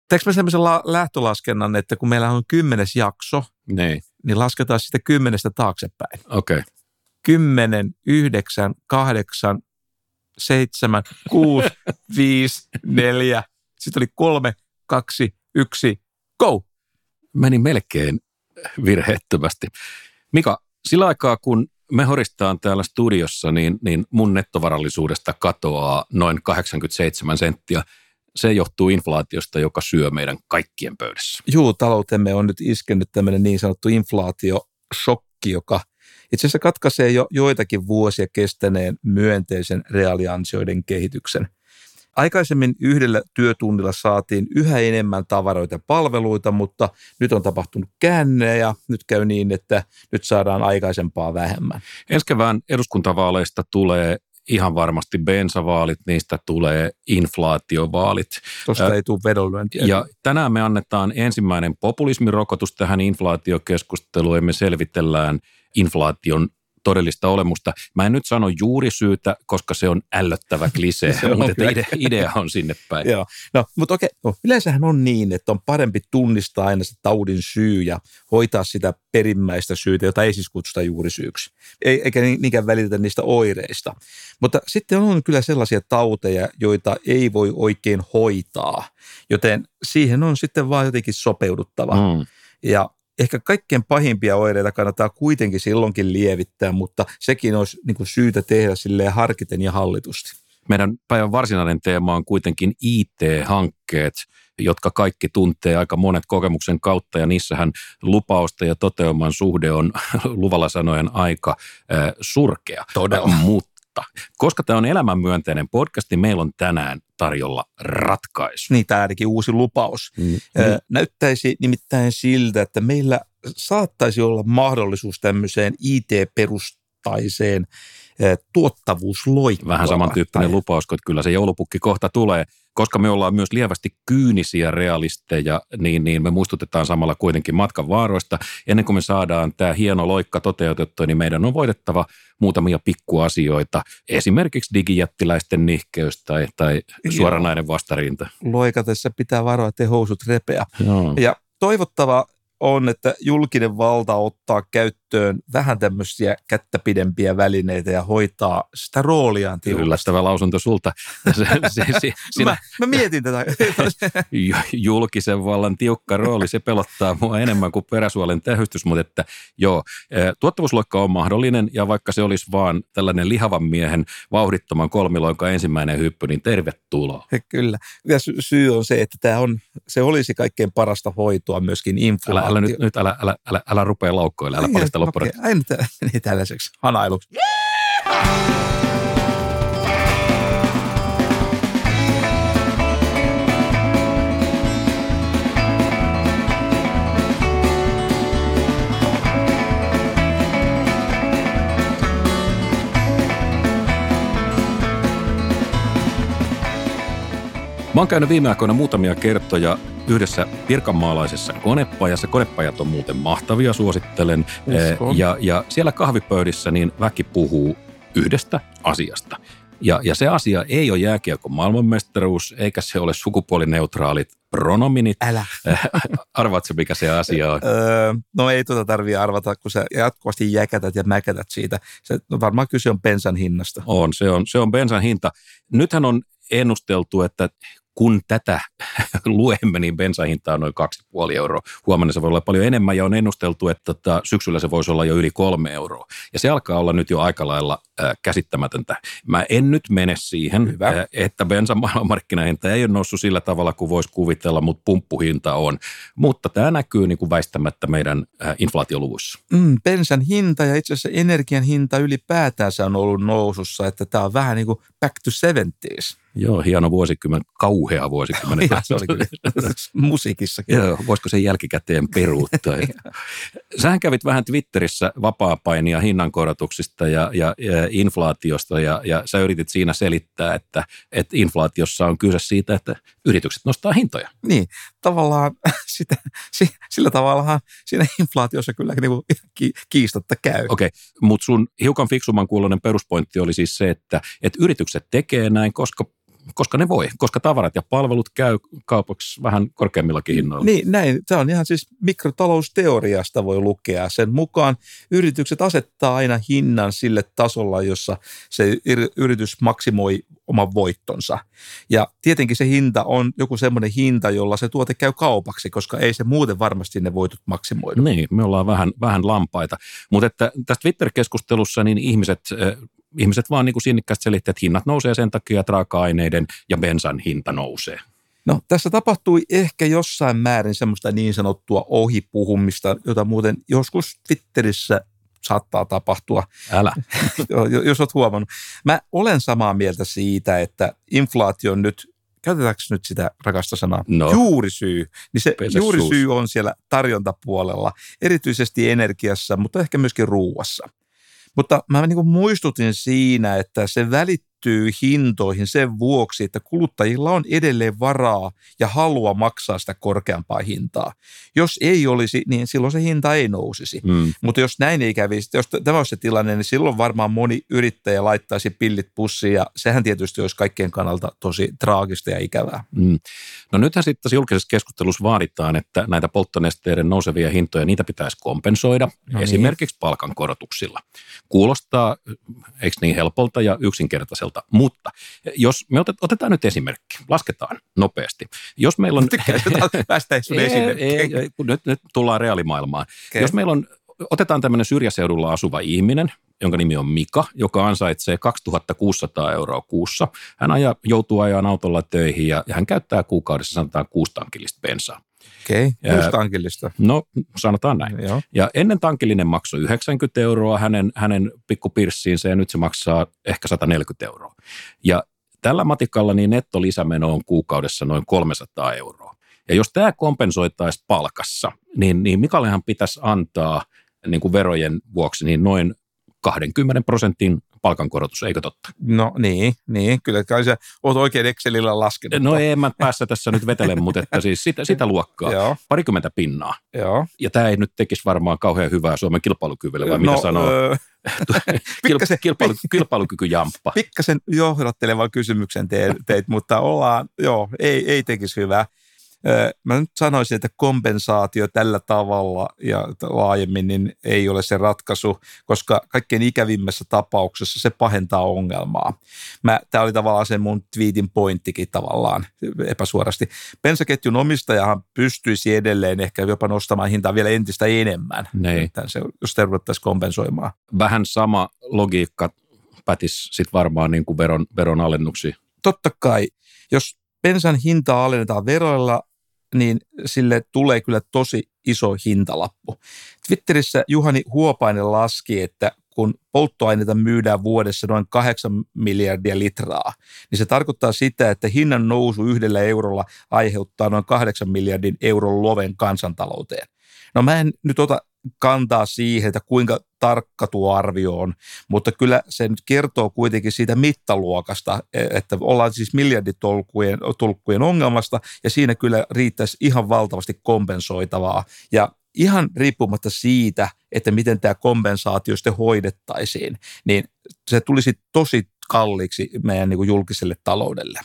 Teekö me sellaisen lähtölaskennan, että kun meillä on 10. jakso, niin lasketaan sitä 10 taaksepäin. Okei. Okay. 10, 9, 8, 7, 6, 5, 4, sitten oli 3, 2, 1, go! Meni melkein virheettömästi. Mika, sillä aikaa kun me horistaan täällä studiossa, niin mun nettovarallisuudesta katoaa noin 87 senttiä. Se johtuu inflaatiosta, joka syö meidän kaikkien pöydässä. Juu, taloutemme on nyt iskenyt tämmöinen niin sanottu inflaatiosokki, joka itse asiassa katkaisee jo joitakin vuosia kestäneen myönteisen reaaliansioiden kehityksen. Aikaisemmin yhdellä työtunnilla saatiin yhä enemmän tavaroita ja palveluita, mutta nyt on tapahtunut käänne ja nyt käy niin, että nyt saadaan aikaisempaa vähemmän. Ensi kevään eduskuntavaaleista tulee ihan varmasti bensavaalit, niistä tulee inflaatiovaalit. Tuosta ei tule vedonlyöntiä. Ja tänään me annetaan ensimmäinen populismirokotus tähän inflaatiokeskusteluun ja me selvitellään inflaation todellista olemusta. Mä en nyt sano juurisyytä, koska se on ällöttävä klisee, mutta idea on sinne päin. Joo, no, mutta okei. Yleensähän on niin, että on parempi tunnistaa aina se taudin syy ja hoitaa sitä perimmäistä syytä, jota ei siis kutsuta juurisyyksi. Eikä niinkään välitetä niistä oireista. Mutta sitten on kyllä sellaisia tauteja, joita ei voi oikein hoitaa, joten siihen on sitten vaan jotenkin sopeuduttava. Ja ehkä kaikkein pahimpia oireita kannattaa kuitenkin silloinkin lievittää, mutta sekin olisi niin kuin syytä tehdä silleen harkiten ja hallitusti. Meidän päivän varsinainen teema on kuitenkin IT-hankkeet, jotka kaikki tuntee aika monet kokemuksen kautta, ja niissähän lupausta ja toteuman suhde on luvalla sanoen aika surkea. Todella. Mutta koska tämä on elämänmyönteinen podcast, niin meillä on tänään tarjolla ratkaisu. Niin, tämä ainakin uusi lupaus. Näyttäisi nimittäin siltä, että meillä saattaisi olla mahdollisuus tämmöiseen IT-perustaiseen tuottavuusloikkaan. Vähän samantyyppinen lupaus, että kyllä se joulupukki kohta tulee. Koska me ollaan myös lievästi kyynisiä realisteja, niin me muistutetaan samalla kuitenkin matkan vaaroista. Ennen kuin me saadaan tämä hieno loikka toteutettua, niin meidän on voitettava muutamia pikkuasioita. Esimerkiksi digijättiläisten nihkeys tai suoranainen vastarinta. Loikatessa pitää varoa, ettei housut repeä. Joo. Ja toivottava on, että julkinen valta ottaa käyttöön vähän tämmöisiä kättä pidempiä välineitä ja hoitaa sitä rooliaan tiukasti. Yllättävä lausunto sulta. Mä mietin tätä. Julkisen vallan tiukka rooli, se pelottaa mua enemmän kuin peräsuolen tähystys, mutta että joo, tuottavuusloikka on mahdollinen ja vaikka se olisi vaan tällainen lihavan miehen vauhdittoman kolmiloikan ensimmäinen hyppy, niin tervetuloa. Kyllä. Ja syy on se, että se olisi kaikkein parasta hoitoa myöskin inflaatio. Älä rupea laukkoille, älä palista loppuun. Aina niin tällaiseksi hanailuksi. Mä oon käynyt viime aikoina muutamia kertoja yhdessä pirkanmaalaisessa konepajassa. Konepajat on muuten mahtavia, suosittelen. Ja siellä kahvipöydissä niin väki puhuu yhdestä asiasta. Ja se asia ei ole jääkiekon maailmanmestaruus, eikä se ole sukupuolineutraalit pronominit. Älä. Arvaatko, mikä se asia on? No ei tarvitse arvata, kun sä jatkuvasti jäkätät ja mäkätät siitä. Varmaan kyse on bensan hinnasta. Se on bensan hinta. Nythän on ennusteltu, että kun tätä luemme, niin bensahinta on noin 2,5 euroa. Huomenna se voi olla paljon enemmän ja on ennusteltu, että syksyllä se voisi olla jo yli 3 euroa. Ja se alkaa olla nyt jo aika lailla käsittämätöntä. Mä en nyt mene siihen, että bensan maailmanmarkkinahinta ei ole noussut sillä tavalla kuin voisi kuvitella, mutta pumppuhinta on. Mutta tämä näkyy niin kuin väistämättä meidän inflaatioluvuissa. Bensan hinta ja itse asiassa energian hinta ylipäätään on ollut nousussa, että tämä on vähän niin kuin back to 70s. Joo, hieno vuosikymmen, kauhea vuosikymmen. Se oli kyllä musiikissakin. Joo, voisiko sen jälkikäteen peruuttaa? Sähän kävit vähän Twitterissä vapaapainia hinnankorotuksista ja inflaatiosta ja sä yritit siinä selittää, että inflaatiossa on kyse siitä, että yritykset nostaa hintoja. Niin, tavallaan sillä tavallahan siinä inflaatiossa kyllä niin kiistatta käy. Okei, mutta sun hiukan fiksumman kuuloinen peruspointti oli siis se, että yritykset tekee näin, koska koska ne voi, koska tavarat ja palvelut käy kaupaksi vähän korkeammillakin hinnoilla. Niin, näin. Tämä on ihan siis mikrotalousteoriasta voi lukea. Sen mukaan yritykset asettaa aina hinnan sille tasolla, jossa se yritys maksimoi oman voittonsa. Ja tietenkin se hinta on joku semmoinen hinta, jolla se tuote käy kaupaksi, koska ei se muuten varmasti ne voitot maksimoidu. Niin, me ollaan vähän lampaita. Mutta että tässä Twitter-keskustelussa niin ihmiset vaan niin kuin sinnikkäästi selittävät, että hinnat nousee sen takia, että raaka-aineiden ja bensan hinta nousee. No tässä tapahtui ehkä jossain määrin semmoista niin sanottua ohipuhumista, jota muuten joskus Twitterissä saattaa tapahtua. Älä. Jos olet huomannut. Mä olen samaa mieltä siitä, että inflaatio on nyt, käytetäänkö nyt sitä rakasta sanaa, juurisyy, niin se juurisyy on siellä tarjontapuolella, erityisesti energiassa, mutta ehkä myöskin ruuassa. Mutta mä niin kuin muistutin siinä, että se välittyy hintoihin sen vuoksi, että kuluttajilla on edelleen varaa ja halua maksaa sitä korkeampaa hintaa. Jos ei olisi, niin silloin se hinta ei nousisi. Mutta jos näin ei kävisi, jos tämä olisi se tilanne, niin silloin varmaan moni yrittäjä laittaisi pillit pussiin ja sehän tietysti olisi kaikkien kannalta tosi traagista ja ikävää. No nythän sitten tässä julkisessa keskustelussa vaaditaan, että näitä polttonesteiden nousevia hintoja, niitä pitäisi kompensoida esimerkiksi palkankorotuksilla. Kuulostaa, eikö niin helpolta ja yksinkertaiselta, mutta jos me otetaan nyt esimerkki, lasketaan nopeasti. Jos meillä on... Päästään sun esimerkkiin. Nyt tullaan reaalimaailmaan. Okay. Jos meillä on, otetaan tämmöinen syrjäseudulla asuva ihminen, jonka nimi on Mika, joka ansaitsee 2600 euroa kuussa. Hän joutuu ajamaan autolla töihin ja hän käyttää kuukaudessa sanotaan 6 tankillista bensaa. Okei, 6 tankillista. No, sanotaan näin. Joo. Ja ennen tankillinen maksoi 90 euroa hänen pikkupirssiinsä ja nyt se maksaa ehkä 140 euroa. Ja tällä matikalla niin nettolisämeno on kuukaudessa noin 300 euroa. Ja jos tämä kompensoitaisiin palkassa, niin Mikallehan pitäisi antaa niin kuin verojen vuoksi niin noin 20% palkankorotus, eikö totta? No niin, kyllä kai sä oot oikein Excelillä laskenut. No ei mä päässä tässä nyt vetele, mutta että siis sitä luokkaa, Joo. 20 pinnaa. Joo. Ja tämä ei nyt tekisi varmaan kauhean hyvää Suomen kilpailukyvylle, vai mitä sanoo? Kilpailukykyjamppa. Pikkasen johdattelevan kysymyksen teit, mutta ei tekisi hyvää. Mä nyt sanoisin, että kompensaatio tällä tavalla ja laajemmin niin ei ole se ratkaisu, koska kaikkein ikävimmässä tapauksessa se pahentaa ongelmaa. Tämä oli tavallaan se mun tweetin pointtikin tavallaan epäsuorasti. Bensaketjun omistajahan pystyisi edelleen ehkä jopa nostamaan hintaa vielä entistä enemmän, jos te ruvettaisiin kompensoimaan. Vähän sama logiikka pätisi sitten varmaan niin kuin veron alennuksiin. Totta kai, jos bensan hintaa alennetaan veroilla, niin sille tulee kyllä tosi iso hintalappu. Twitterissä Juhani Huopainen laski, että kun polttoaineita myydään vuodessa noin 8 miljardia litraa, niin se tarkoittaa sitä, että hinnan nousu 1 eurolla aiheuttaa noin 8 miljardin euron loven kansantalouteen. No mä en nyt ota kantaa siihen, että kuinka tarkka tuo arvio on, mutta kyllä se nyt kertoo kuitenkin siitä mittaluokasta, että ollaan siis miljarditolkkujen ongelmasta ja siinä kyllä riittäisi ihan valtavasti kompensoitavaa ja ihan riippumatta siitä, että miten tämä kompensaatio sitten hoidettaisiin, niin se tulisi tosi kalliiksi meidän niin kuin julkiselle taloudelle.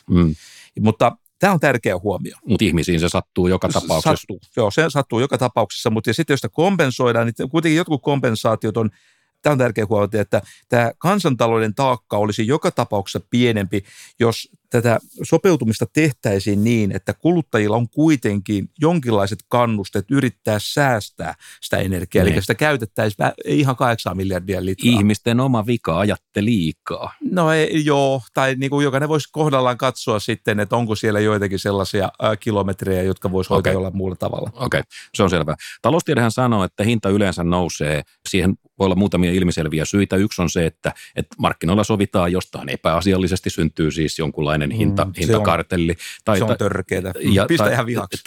Mutta tämä on tärkeä huomio. Mutta ihmisiin se sattuu joka tapauksessa. Se sattuu joka tapauksessa, mutta sitten jos sitä kompensoidaan, niin kuitenkin jotkut kompensaatiot on, tämä on tärkeä huomio, että tämä kansantalouden taakka olisi joka tapauksessa pienempi, jos tätä sopeutumista tehtäisiin niin, että kuluttajilla on kuitenkin jonkinlaiset kannusteet yrittää säästää sitä energiaa, eli sitä käytettäisiin ihan 8 miljardia litraa. Ihmisten oma vika ajatte liikaa. No tai niin kuin jokainen voisi kohdallaan katsoa sitten, että onko siellä joitakin sellaisia kilometrejä, jotka voisi hoitaa jollain muulla tavalla. Okei, se on selvää. Taloustiedehän sanoo, että hinta yleensä nousee. Siihen voi olla muutamia ilmiselviä syitä. Yksi on se, että markkinoilla sovitaan jostain epäasiallisesti, syntyy siis jonkunlainen hintakartelli. Se on törkeetä. Pistä ihan vihaksi.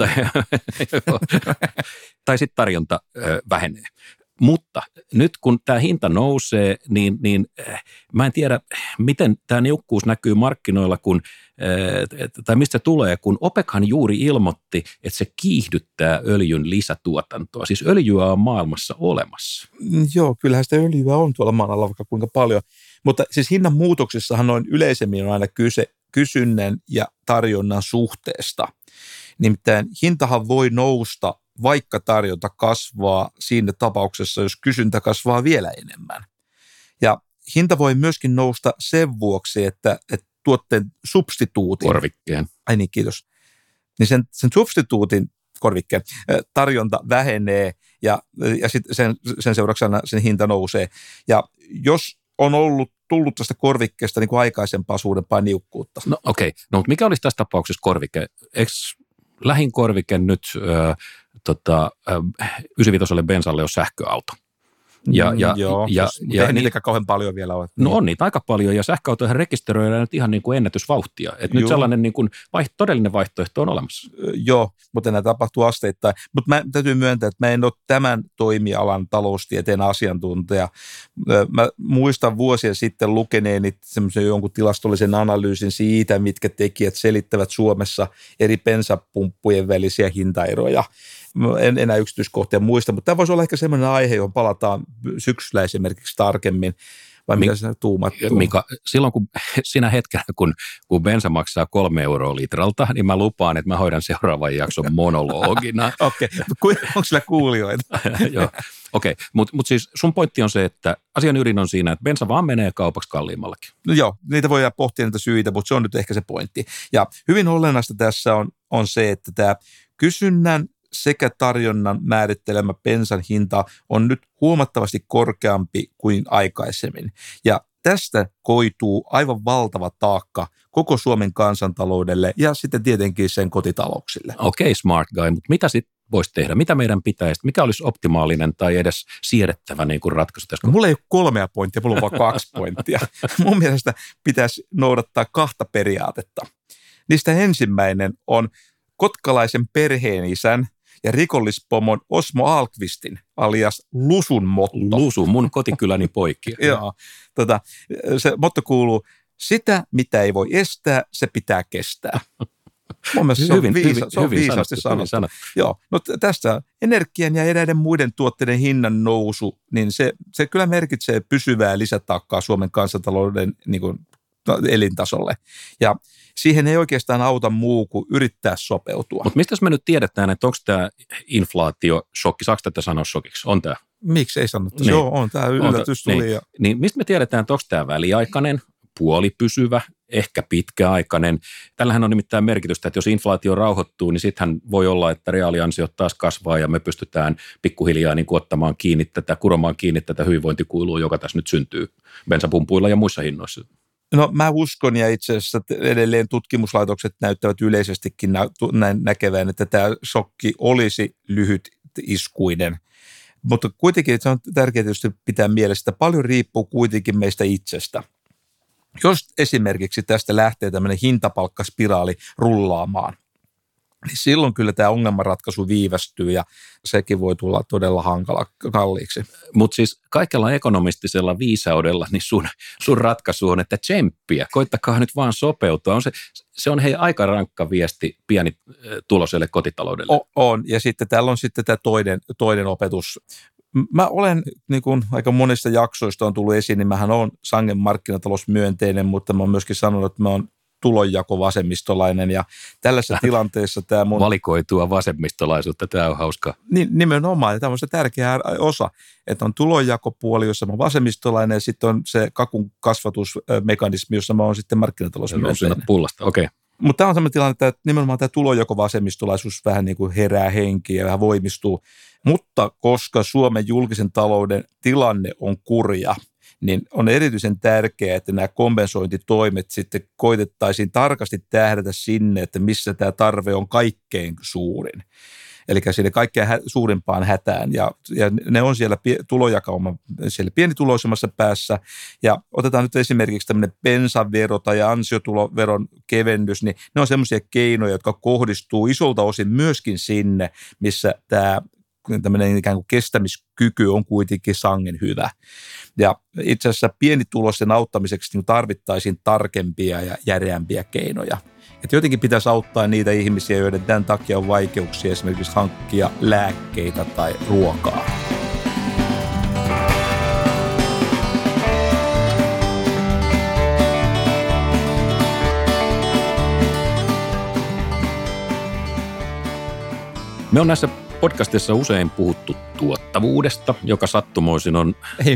Tai sitten tarjonta vähenee. Mutta nyt kun tämä hinta nousee, niin mä en tiedä, miten tämä niukkuus näkyy markkinoilla, tai mistä se tulee, kun OPEChan juuri ilmoitti, että se kiihdyttää öljyn lisätuotantoa. Siis öljyä on maailmassa olemassa. Joo, kyllähän sitä öljyä on tuolla maan alla vaikka kuinka paljon. Mutta siis hinnan muutoksissahan noin yleisemmin on aina kyse kysynnän ja tarjonnan suhteesta. Nimittäin hintahan voi nousta, vaikka tarjonta kasvaa siinä tapauksessa, jos kysyntä kasvaa vielä enemmän. Ja hinta voi myöskin nousta sen vuoksi, että tuotteen substituutin. Korvikkeen. Ai niin, kiitos. Niin sen substituutin korvikkeen tarjonta vähenee ja sitten sen seurauksena sen hinta nousee. Ja jos on tullut tästä korvikkeesta niin kuin aikaisempaa suurempaa niukkuutta. No okei. No, mutta mikä olisi tässä tapauksessa korvikke? Eikö lähin korvike nyt 95 bensalle on sähköauto? Ei niitäkään kauhean paljon vielä ole. No on niitä aika paljon, ja sähköautoja rekisteröidään nyt ihan niin kuin ennätysvauhtia. Että nyt sellainen niin kuin todellinen vaihtoehto on olemassa. Joo, mutta nämä tapahtuu asteittain. Mutta mä täytyy myöntää, että mä en ole tämän toimialan taloustieteen asiantuntija. Mä muistan vuosia sitten lukeneeni semmoisen jonkun tilastollisen analyysin siitä, mitkä tekijät selittävät Suomessa eri bensapumppujen välisiä hintaeroja. En enää yksityiskohtia muista, mutta tämä voisi olla ehkä semmoinen aihe, johon palataan syksyllä esimerkiksi tarkemmin. Vai mitä sinä tuumat? Mika, silloin sinä hetkenä, kun bensa maksaa 3 euroa litralta, niin mä lupaan, että mä hoidan seuraavan jakson monologina. Okei, onko sillä kuulijoita? Joo, okei. Mutta siis sun pointti on se, että asian ydin on siinä, että bensa vaan menee kaupaksi kalliimmallakin. No joo, niitä voidaan pohtia niitä syitä, mutta se on nyt ehkä se pointti. Ja hyvin olennaista tässä on se, että tämä kysynnän sekä tarjonnan määrittelemä bensan hinta on nyt huomattavasti korkeampi kuin aikaisemmin. Ja tästä koituu aivan valtava taakka koko Suomen kansantaloudelle ja sitten tietenkin sen kotitalouksille. Okei, smart guy, mutta mitä sitten voisi tehdä? Mitä meidän pitäisi? Mikä olisi optimaalinen tai edes siedettävä niin kuin ratkaisu tässä? No, mulla ei ole 3 pointtia, mulla on vain 2 pointtia. Mun mielestä pitäisi noudattaa 2 periaatetta. Niistä ensimmäinen on kotkalaisen perheenisän ja rikollispomon Osmo Ahlqvistin alias Lusun motto. Lusu, mun kotikyläni poikki. Joo, se motto kuuluu, sitä mitä ei voi estää, se pitää kestää. Mun mielestä se on viisaasti sanottu. Joo, no tästä energian ja eräiden muiden tuotteiden hinnan nousu, niin se kyllä merkitsee pysyvää lisätaakkaa Suomen kansantalouden niin kuin, elintasolle. Ja siihen ei oikeastaan auta muu kuin yrittää sopeutua. Mutta mistä me nyt tiedetään, että onko tämä inflaatio-shokki, saako tätä sanoa shokiksi? On tämä? Miksi ei sanottu? Niin. Joo, on tämä yllätys tuli. Niin. Niin mistä me tiedetään, että onko tämä väliaikainen, puolipysyvä, ehkä pitkäaikainen? Tällähän on nimittäin merkitystä, että jos inflaatio rauhoittuu, niin sittenhän voi olla, että reaaliansiot taas kasvaa ja me pystytään pikkuhiljaa niin ottamaan kiinni kuromaan kiinni tätä hyvinvointikuilua, joka tässä nyt syntyy bensapumpuilla ja muissa hinnoissa. No mä uskon ja itse asiassa edelleen tutkimuslaitokset näyttävät yleisestikin näkevän, että tämä shokki olisi lyhytiskuinen. Mutta kuitenkin se on tärkeää tietysti pitää mielessä, että paljon riippuu kuitenkin meistä itsestä. Jos esimerkiksi tästä lähtee tämmöinen hintapalkkaspiraali rullaamaan, niin silloin kyllä tämä ongelmanratkaisu viivästyy ja sekin voi tulla todella kalliiksi. Mutta siis kaikella ekonomistisella viisaudella niin sun ratkaisu on, että tsemppiä, koittakaa nyt vaan sopeutua. Se on aika rankka viesti pienituloiselle kotitaloudelle. On, ja sitten täällä on sitten tämä toinen opetus. Mä olen, niin kuin aika monista jaksoista on tullut esiin, niin mähän olen sangen markkinatalousmyönteinen, mutta mä oon myöskin sanonut, että mä oon tulonjako-vasemmistolainen ja tällaisessa tilanteessa tämä mun... Valikoitua vasemmistolaisuutta, tämä on hauskaa. Niin, nimenomaan, ja tämä on se tärkeä osa, että on tulonjakopuoli, jossa mä oon vasemmistolainen ja sitten on se kakun kasvatusmekanismi, jossa mä oon sitten markkinatalousmyönteinen. Pullasta, okei. Okay. Mutta tämä on sellainen tilanne, että nimenomaan tämä tulonjako-vasemmistolaisuus vähän niin kuin herää henkiä ja vähän voimistuu, mutta koska Suomen julkisen talouden tilanne on kurja, niin on erityisen tärkeää, että nämä kompensointitoimet sitten koitettaisiin tarkasti tähdätä sinne, että missä tämä tarve on kaikkein suurin. Eli sinne kaikkein suurimpaan hätään, ja ne on siellä tulonjakauma siellä pienituloisemmassa päässä, ja otetaan nyt esimerkiksi tämmöinen bensavero tai ansiotuloveron kevennys, niin ne on semmoisia keinoja, jotka kohdistuu isolta osin myöskin sinne, missä tämä tämmöinen ikään kuin kestämiskyky on kuitenkin sangen hyvä. Ja itse asiassa pienituloisten auttamiseksi tarvittaisiin tarkempia ja järeämpiä keinoja. Että jotenkin pitäisi auttaa niitä ihmisiä, joiden tämän takia on vaikeuksia esimerkiksi hankkia lääkkeitä tai ruokaa. Me on näissä podcastissa usein puhuttu tuottavuudesta, joka sattumoisin on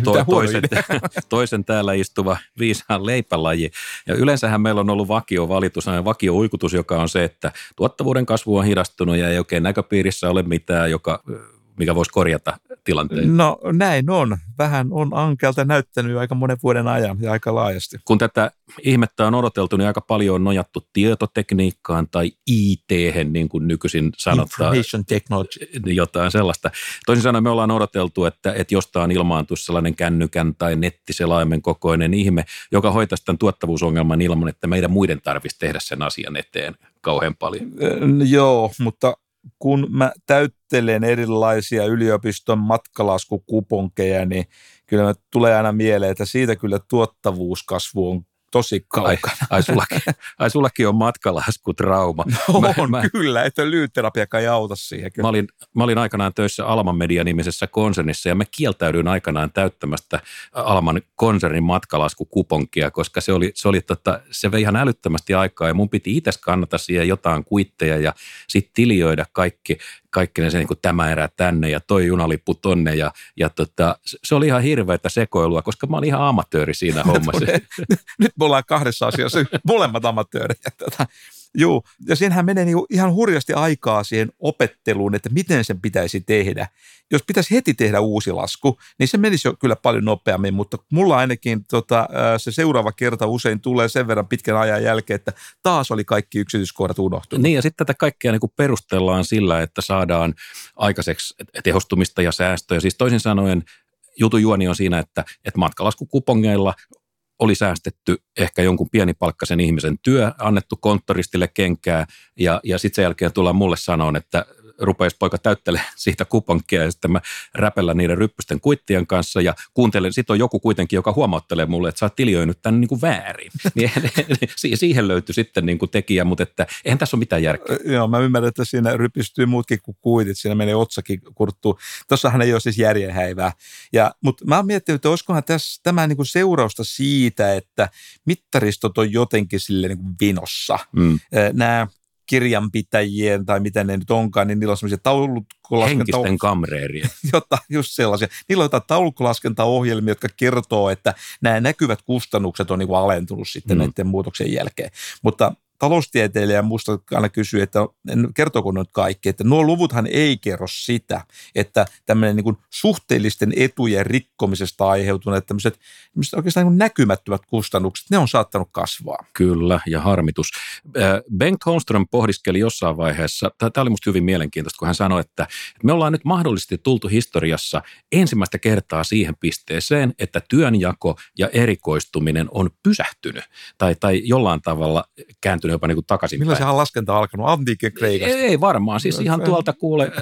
toisen täällä istuva viisaan leipälaji. Ja yleensähän meillä on ollut vakiovalitus, vakio-uikutus, joka on se, että tuottavuuden kasvu on hidastunut ja ei oikein näköpiirissä ole mitään, mikä voisi korjata tilanteen. No näin on. Vähän on ankealta näyttänyt aika monen vuoden ajan ja aika laajasti. Kun tätä ihmettä on odoteltu, niin aika paljon on nojattu tietotekniikkaan tai IT-hen, niin kuin nykyisin sanotaan. Information technology. Jotain sellaista. Toisin sanoen me ollaan odoteltu, että jostain ilmaantuisi sellainen kännykän tai nettiselaimen kokoinen ihme, joka hoitaisi tämän tuottavuusongelman ilman, että meidän muiden tarvitsisi tehdä sen asian eteen kauhean paljon. Joo, mutta kun mä täyttelen erilaisia yliopiston matkalaskukuponkeja, niin kyllä mä tulee aina mieleen, että siitä kyllä tuottavuuskasvu on tosi kaukana. Ai sullakin on matkalaskutrauma. Kyllä, että lyhytterapia kai auta siihen. Mä olin aikanaan töissä Alman Media-nimisessä konsernissa ja mä kieltäydyin aikanaan täyttämästä Alman konsernin matkalaskukuponkia, koska se vei ihan älyttömästi aikaa ja mun piti itse kannata siihen jotain kuitteja ja sitten tilioida kaikki ne se niin kuin tämä erä tänne ja toi junalippu tonne ja se oli ihan hirveätä sekoilua, koska mä olin ihan amatööri siinä hommassa. Nyt me ollaan kahdessa asiassa molemmat amatöörejä. Joo, ja siinähän menee niinku ihan hurjasti aikaa siihen opetteluun, että miten sen pitäisi tehdä. Jos pitäisi heti tehdä uusi lasku, niin se menisi jo kyllä paljon nopeammin, mutta mulla ainakin se seuraava kerta usein tulee sen verran pitkän ajan jälkeen, että taas oli kaikki yksityiskohdat unohtunut. Niin, ja sitten tätä kaikkea niinku perustellaan sillä, että saadaan aikaiseksi tehostumista ja säästöjä. Siis toisin sanoen jutun juoni on siinä, että matkalaskukupongeilla oli säästetty ehkä jonkun pienipalkkaisen ihmisen työ, annettu konttoristille kenkää ja sitten sen jälkeen tullaan mulle sanoon, että rupeisi poika täyttelemään siitä kuponkia ja sitten mä räpellän niiden ryppysten kuittien kanssa ja kuuntelen, sitten on joku kuitenkin, joka huomauttelee mulle, että sä oot tilioinut tämän niin kuin väärin. Siihen löytyi sitten niin kuin tekijä, mutta että eihän tässä ole mitään järkeä. Joo, mä ymmärrän, että siinä rypistyy muutkin kuin kuitit, siinä menee otsakin kurttuun. Tossahan ei ole siis järjenhäivää. Mutta mä oon miettinyt, että olisikohan tämä niin kuin seurausta siitä, että mittaristot on jotenkin sille niin kuin vinossa. Nämä kirjanpitäjien tai mitä ne nyt onkaan, niin niillä on semmoisia henkisten kamreerien. Just sellaisia. Niillä on jotain taulukolaskentaohjelmia, jotka kertoo, että nämä näkyvät kustannukset on niin kuin alentunut sitten näiden muutoksen jälkeen. Mutta taloustieteilijä musta aina kysyy, että kertooko nyt kaikki, että nuo luvuthan ei kerro sitä, että tämmöinen niin kuin suhteellisten etujen rikkomisesta aiheutuneet tämmöiset oikeastaan niin kuin näkymättömät kustannukset, ne on saattanut kasvaa. Kyllä, ja harmitus. Bengt Holmström pohdiskeli jossain vaiheessa, tämä oli musta hyvin mielenkiintoista, kun hän sanoi, että me ollaan nyt mahdollisesti tultu historiassa ensimmäistä kertaa siihen pisteeseen, että työnjako ja erikoistuminen on pysähtynyt tai jollain tavalla kääntynyt jopa niin kuin takaisinpäin. Milloin sehän on laskenta alkanut? Antiikin Kreikasta? Ei varmaan. Siis ihan tuolta kuule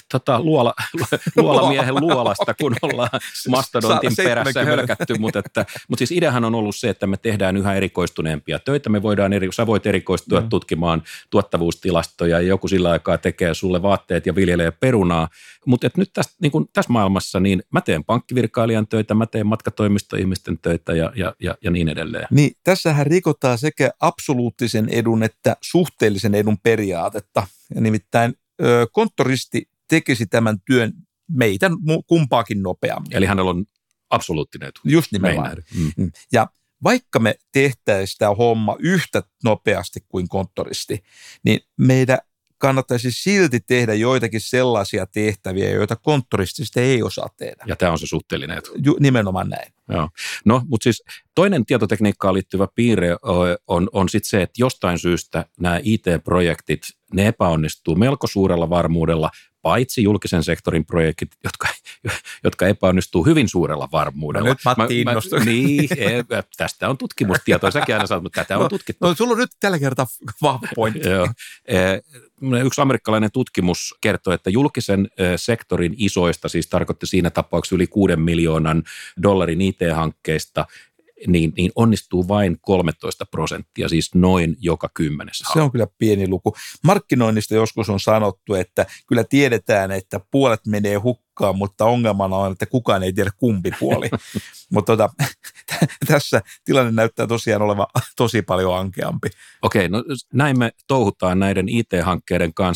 luolamiehen luolasta, kun ollaan mastodontin perässä hölkätty. Mutta siis ideahan on ollut se, että me tehdään yhä erikoistuneempia töitä. Me voidaan, sä voit erikoistua tutkimaan tuottavuustilastoja ja joku sillä aikaa tekee sulle vaatteet ja viljelee perunaa. Mutta nyt tässä maailmassa niin mä teen pankkivirkailijan töitä, mä teen matkatoimistoihmisten töitä ja niin edelleen. Niin, tässähän rikotaan sekä absoluuttisen edun että suhteellisen edun periaatetta. Ja nimittäin konttoristi tekisi tämän työn meitä kumpaakin nopeammin. Eli hänellä on absoluuttinen etu. Just nimenomaan. Ja vaikka me tehtäisiin sitä homma yhtä nopeasti kuin konttoristi, niin meidän kannattaisi silti tehdä joitakin sellaisia tehtäviä, joita konttoristista ei osaa tehdä. Ja tämä on se suhteellinen etu. Nimenomaan näin. Joo. No, mutta siis toinen tietotekniikkaan liittyvä piirre on sitten se, että jostain syystä nämä IT-projektit, ne epäonnistuu melko suurella varmuudella, paitsi julkisen sektorin projektit, jotka epäonnistuu hyvin suurella varmuudella. No nyt Matti innostui. Niin, tästä on tutkimustietoa. Säkin aina sanot, mutta tätä on tutkittu. No sulla on nyt tällä kertaa vahva pointti. Joo. Yksi amerikkalainen tutkimus kertoo, että julkisen sektorin isoista, siis tarkoitti siinä tapauksessa yli $6 miljoonan IT-hankkeista, niin onnistuu vain 13%, siis noin joka 10. Se on kyllä pieni luku. Markkinoinnista joskus on sanottu, että kyllä tiedetään, että puolet menee hukkaan, mutta ongelmana on, että kukaan ei tiedä kumpi puoli. Mutta tässä tilanne näyttää tosiaan olevan tosi paljon ankeampi. Okei, no näin me touhutaan näiden IT-hankkeiden kanssa.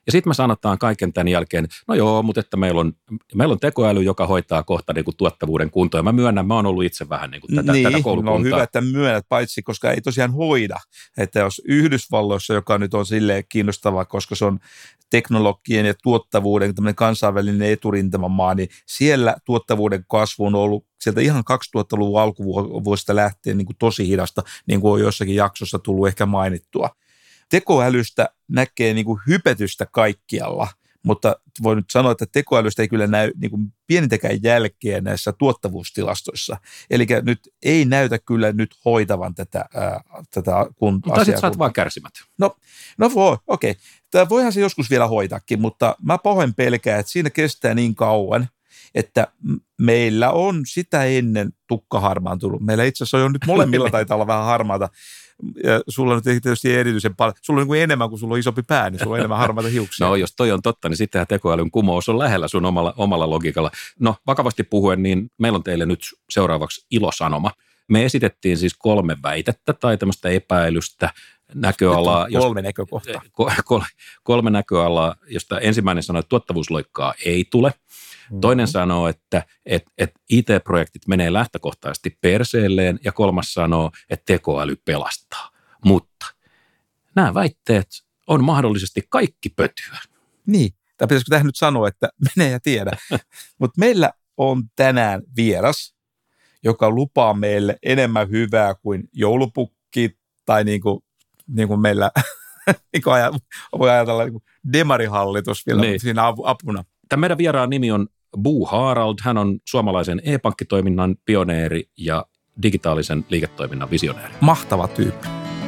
Ja sitten me sanotaan kaiken tämän jälkeen, no joo, mutta että meillä on tekoäly, joka hoitaa kohta niin kuin tuottavuuden kuntoon. Ja mä myönnän, mä oon ollut itse vähän niin kuin tätä koulukuntaa. No hyvä, että myönnät, paitsi koska ei tosiaan hoida. Että jos Yhdysvalloissa, joka nyt on silleen kiinnostavaa, koska se on teknologian ja tuottavuuden tämmöinen kansainvälinen eturintamamaa, niin siellä tuottavuuden kasvu on ollut sieltä ihan 2000-luvun alkuvuosista lähtien niin kuin tosi hidasta, niin kuin on jossakin jaksossa tullut ehkä mainittua. Tekoälystä näkee niin kuin hypetystä kaikkialla, mutta voi nyt sanoa, että tekoälystä ei kyllä näy niin kuin pienintäkään jälkeä näissä tuottavuustilastoissa. Eli nyt ei näytä kyllä nyt hoitavan tätä asiaa. Tai sitten sä oot vaan kärsimät. No voi, okei. Voihan se joskus vielä hoitaakin, mutta mä pahoin pelkään, että siinä kestää niin kauan, että meillä on sitä ennen tukka harmaantunut. Meillä itse asiassa on jo nyt molemmilla taitaa olla vähän harmaata. Ja sulla nyt tietysti erityisen paljon. Sulla on niin kuin enemmän, kun sulla on isompi pää, niin sulla on enemmän harmaita hiuksia. No jos toi on totta, niin sittenhän tekoälyn kumous on lähellä sun omalla logiikalla. No vakavasti puhuen, niin meillä on teille nyt seuraavaksi ilosanoma. Me esitettiin siis 3 väitettä tai tämmöistä epäilystä, näköalaa. 3 näkökohtaa. 3 näköalaa, josta ensimmäinen sanoi, että tuottavuusloikkaa ei tule. Toinen sanoo, että IT-projektit menee lähtökohtaisesti perseelleen ja 3 sanoo, että tekoäly pelastaa. Mutta nämä väitteet on mahdollisesti kaikki pötyä. Niin, tai pitäisikö tähän nyt sanoa, että mene ja tiedä. Mutta meillä on tänään vieras, joka lupaa meille enemmän hyvää kuin joulupukki tai niin kuin meillä voi ajatella niin kuin demarihallitus vielä siinä apuna. Tämä meidän vieraan nimi on Bo Harald. Hän on suomalaisen e-pankkitoiminnan pioneeri ja digitaalisen liiketoiminnan visionääri. Mahtava tyyppi.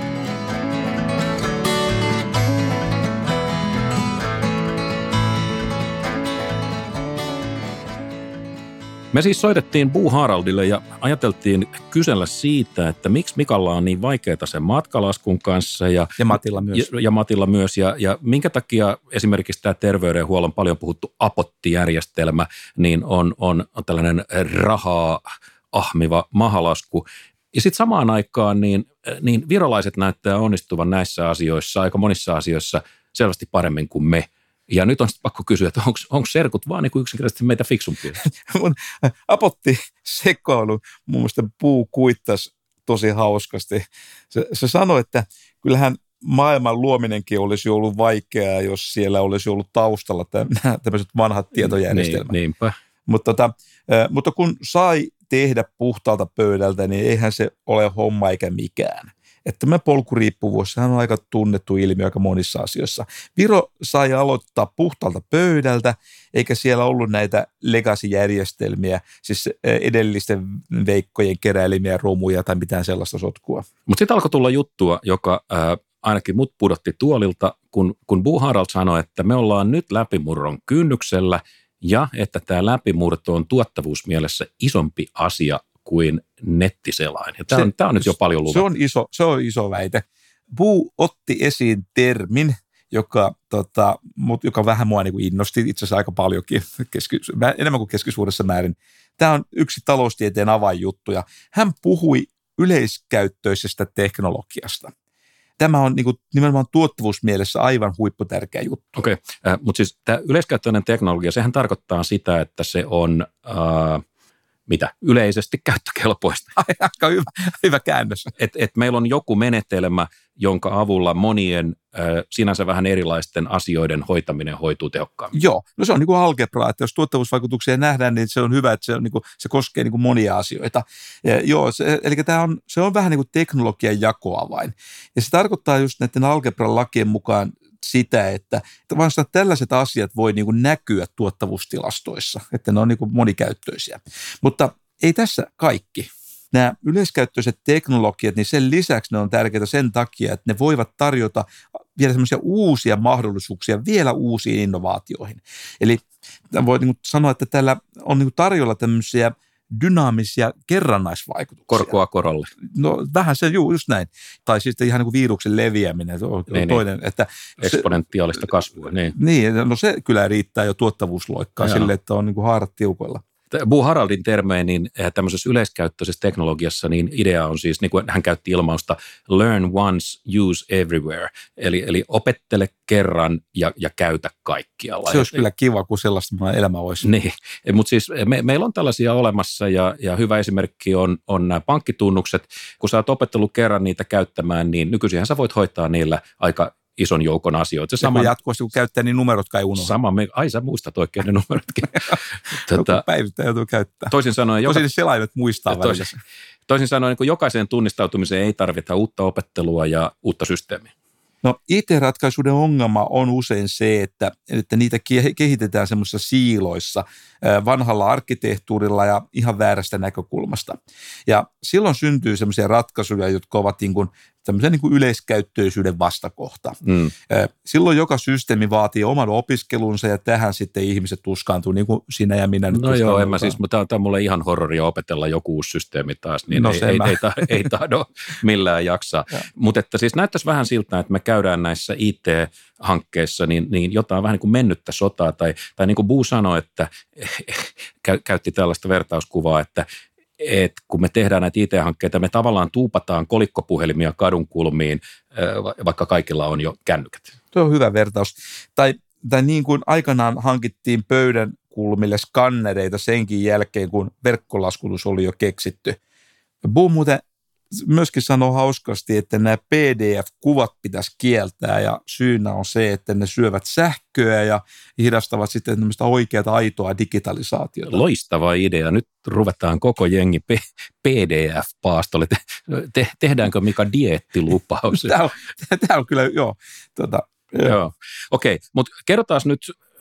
Me siis soitettiin Bo Haraldille ja ajateltiin kysellä siitä, että miksi Mikalla on niin vaikeaa sen matkalaskun kanssa. Ja Matilla myös. Ja Matilla myös. Ja minkä takia esimerkiksi tämä terveydenhuollon paljon puhuttu apottijärjestelmä niin on tällainen rahaa ahmiva mahalasku. Ja sitten samaan aikaan niin virolaiset näyttää onnistuvan näissä asioissa, aika monissa asioissa selvästi paremmin kuin me. Ja nyt on sitten pakko kysyä, että onko serkut vaan niin yksinkertaisesti meitä fiksumpia? Apottisekoilu mun mielestä Bo kuittasi tosi hauskasti. Se sanoi, että kyllähän maailman luominenkin olisi ollut vaikeaa, jos siellä olisi ollut taustalla tämmöiset vanhat tietojärjestelmät. Niinpä. Mutta kun sai tehdä puhtaalta pöydältä, niin eihän se ole homma eikä mikään. Että tämä polkuriippuvuus, sehän on aika tunnettu ilmiö aika monissa asioissa. Viro sai aloittaa puhtaalta pöydältä, eikä siellä ollut näitä legacy-järjestelmiä, siis edellisten veikkojen keräilimiä romuja tai mitään sellaista sotkua. Mutta sitten alkoi tulla juttua, joka ainakin mut pudotti tuolilta, kun Bo Harald sanoi, että me ollaan nyt läpimurron kynnyksellä ja että tämä läpimurto on tuottavuusmielessä isompi asia kuin nettiselain. Ja tämä on nyt jo paljon luvattu. Se on iso väite. Bo otti esiin termin, joka vähän mua niin kuin innosti itse asiassa aika paljonkin, enemmän kuin keskisuudessa määrin. Tämä on yksi taloustieteen avainjuttuja. Hän puhui yleiskäyttöisestä teknologiasta. Tämä on niin kuin nimenomaan tuottavuusmielessä aivan huipputärkeä juttu. Okei, mutta siis tämä yleiskäyttöinen teknologia, sehän tarkoittaa sitä, että se on yleisesti käyttökelpoista. Aika hyvä käännös. Et meillä on joku menetelmä, jonka avulla monien sinänsä vähän erilaisten asioiden hoitaminen hoituu tehokkaammin. Joo, no se on niin kuin algebraa, että jos tuottavuusvaikutuksia nähdään, niin se on hyvä, että se koskee niin kuin monia asioita. Joo, eli se on vähän niin kuin teknologian jakoavain. Ja se tarkoittaa just näiden algebran lakien mukaan sitä, että vasta tällaiset asiat voi niin kuin näkyä tuottavuustilastoissa, että ne on niin kuin monikäyttöisiä. Mutta ei tässä kaikki. Nämä yleiskäyttöiset teknologiat, niin sen lisäksi ne on tärkeitä sen takia, että ne voivat tarjota vielä semmoisia uusia mahdollisuuksia vielä uusiin innovaatioihin. Eli voi niin kuin sanoa, että täällä on niin kuin tarjolla tämmöisiä dynaamisia kerrannaisvaikutuksia. Korkoa korolle. No vähän se, just näin. Tai siis ihan niin kuin viruksen leviäminen. Niin, toinen, että eksponentiaalista kasvua. Niin, no se kyllä riittää jo tuottavuusloikkaa sille, että on niin kuin haarat tiukoilla. Boo Haraldin termein, niin tämmöisessä yleiskäyttöisessä teknologiassa niin idea on siis, niin kuin hän käytti ilmausta, learn once, use everywhere. Eli opettele kerran ja käytä kaikkialla. Se olisi kyllä kiva, kun sellaista elämä olisi. Niin, mutta siis meillä on tällaisia olemassa ja hyvä esimerkki on nämä pankkitunnukset. Kun sä oot opettellut kerran niitä käyttämään, niin nykyisinhän sä voit hoitaa niillä aika ison joukon asioita. Jatkuvasti kun käyttää, niin numerotkaan ei unohda. Ai sä muistat oikein ne numerotkin. Päivittäin joutuu käyttää. Toisin sanoen, tosin selaimet muistaa välillä. Toisin sanoen, niin jokaiseen tunnistautumiseen ei tarvita uutta opettelua ja uutta systeemiä. No IT-ratkaisuiden ongelma on usein se, että niitä kehitetään semmoisissa siiloissa vanhalla arkkitehtuurilla ja ihan väärästä näkökulmasta. Ja silloin syntyy semmoisia ratkaisuja, jotka ovat tämmöisen yleiskäyttöisyyden vastakohta. Silloin joka systeemi vaatii oman opiskelunsa ja tähän sitten ihmiset tuskaantuu, niin kuin sinä ja minä nyt. No joo, tämä on mulle ihan horroria opetella joku uusi systeemi taas, niin ei tahdo millään jaksaa. Mutta että siis näyttäisi vähän siltä, että me käydään näissä IT-hankkeissa niin jotain vähän niin kuin mennyttä sotaa, tai niin kuin Boo sanoi, että käytti tällaista vertauskuvaa, että kun me tehdään näitä IT-hankkeita, me tavallaan tuupataan kolikkopuhelimia kadunkulmiin, vaikka kaikilla on jo kännykät. Tuo on hyvä vertaus. Tai niin kuin aikanaan hankittiin pöydän kulmille skannereita senkin jälkeen, kun verkkolaskutus oli jo keksitty. Boo muuten myöskin sanoo hauskasti, että nämä PDF-kuvat pitäisi kieltää ja syynä on se, että ne syövät sähköä ja hidastavat sitten tämmöistä oikeaa aitoa digitalisaatiota. Loistava idea. Nyt ruvetaan koko jengi PDF-paastolle. Tehdäänkö Mika dieettilupaus? Tämä on kyllä, joo. Joo. Okei, mutta kerrotaan nyt,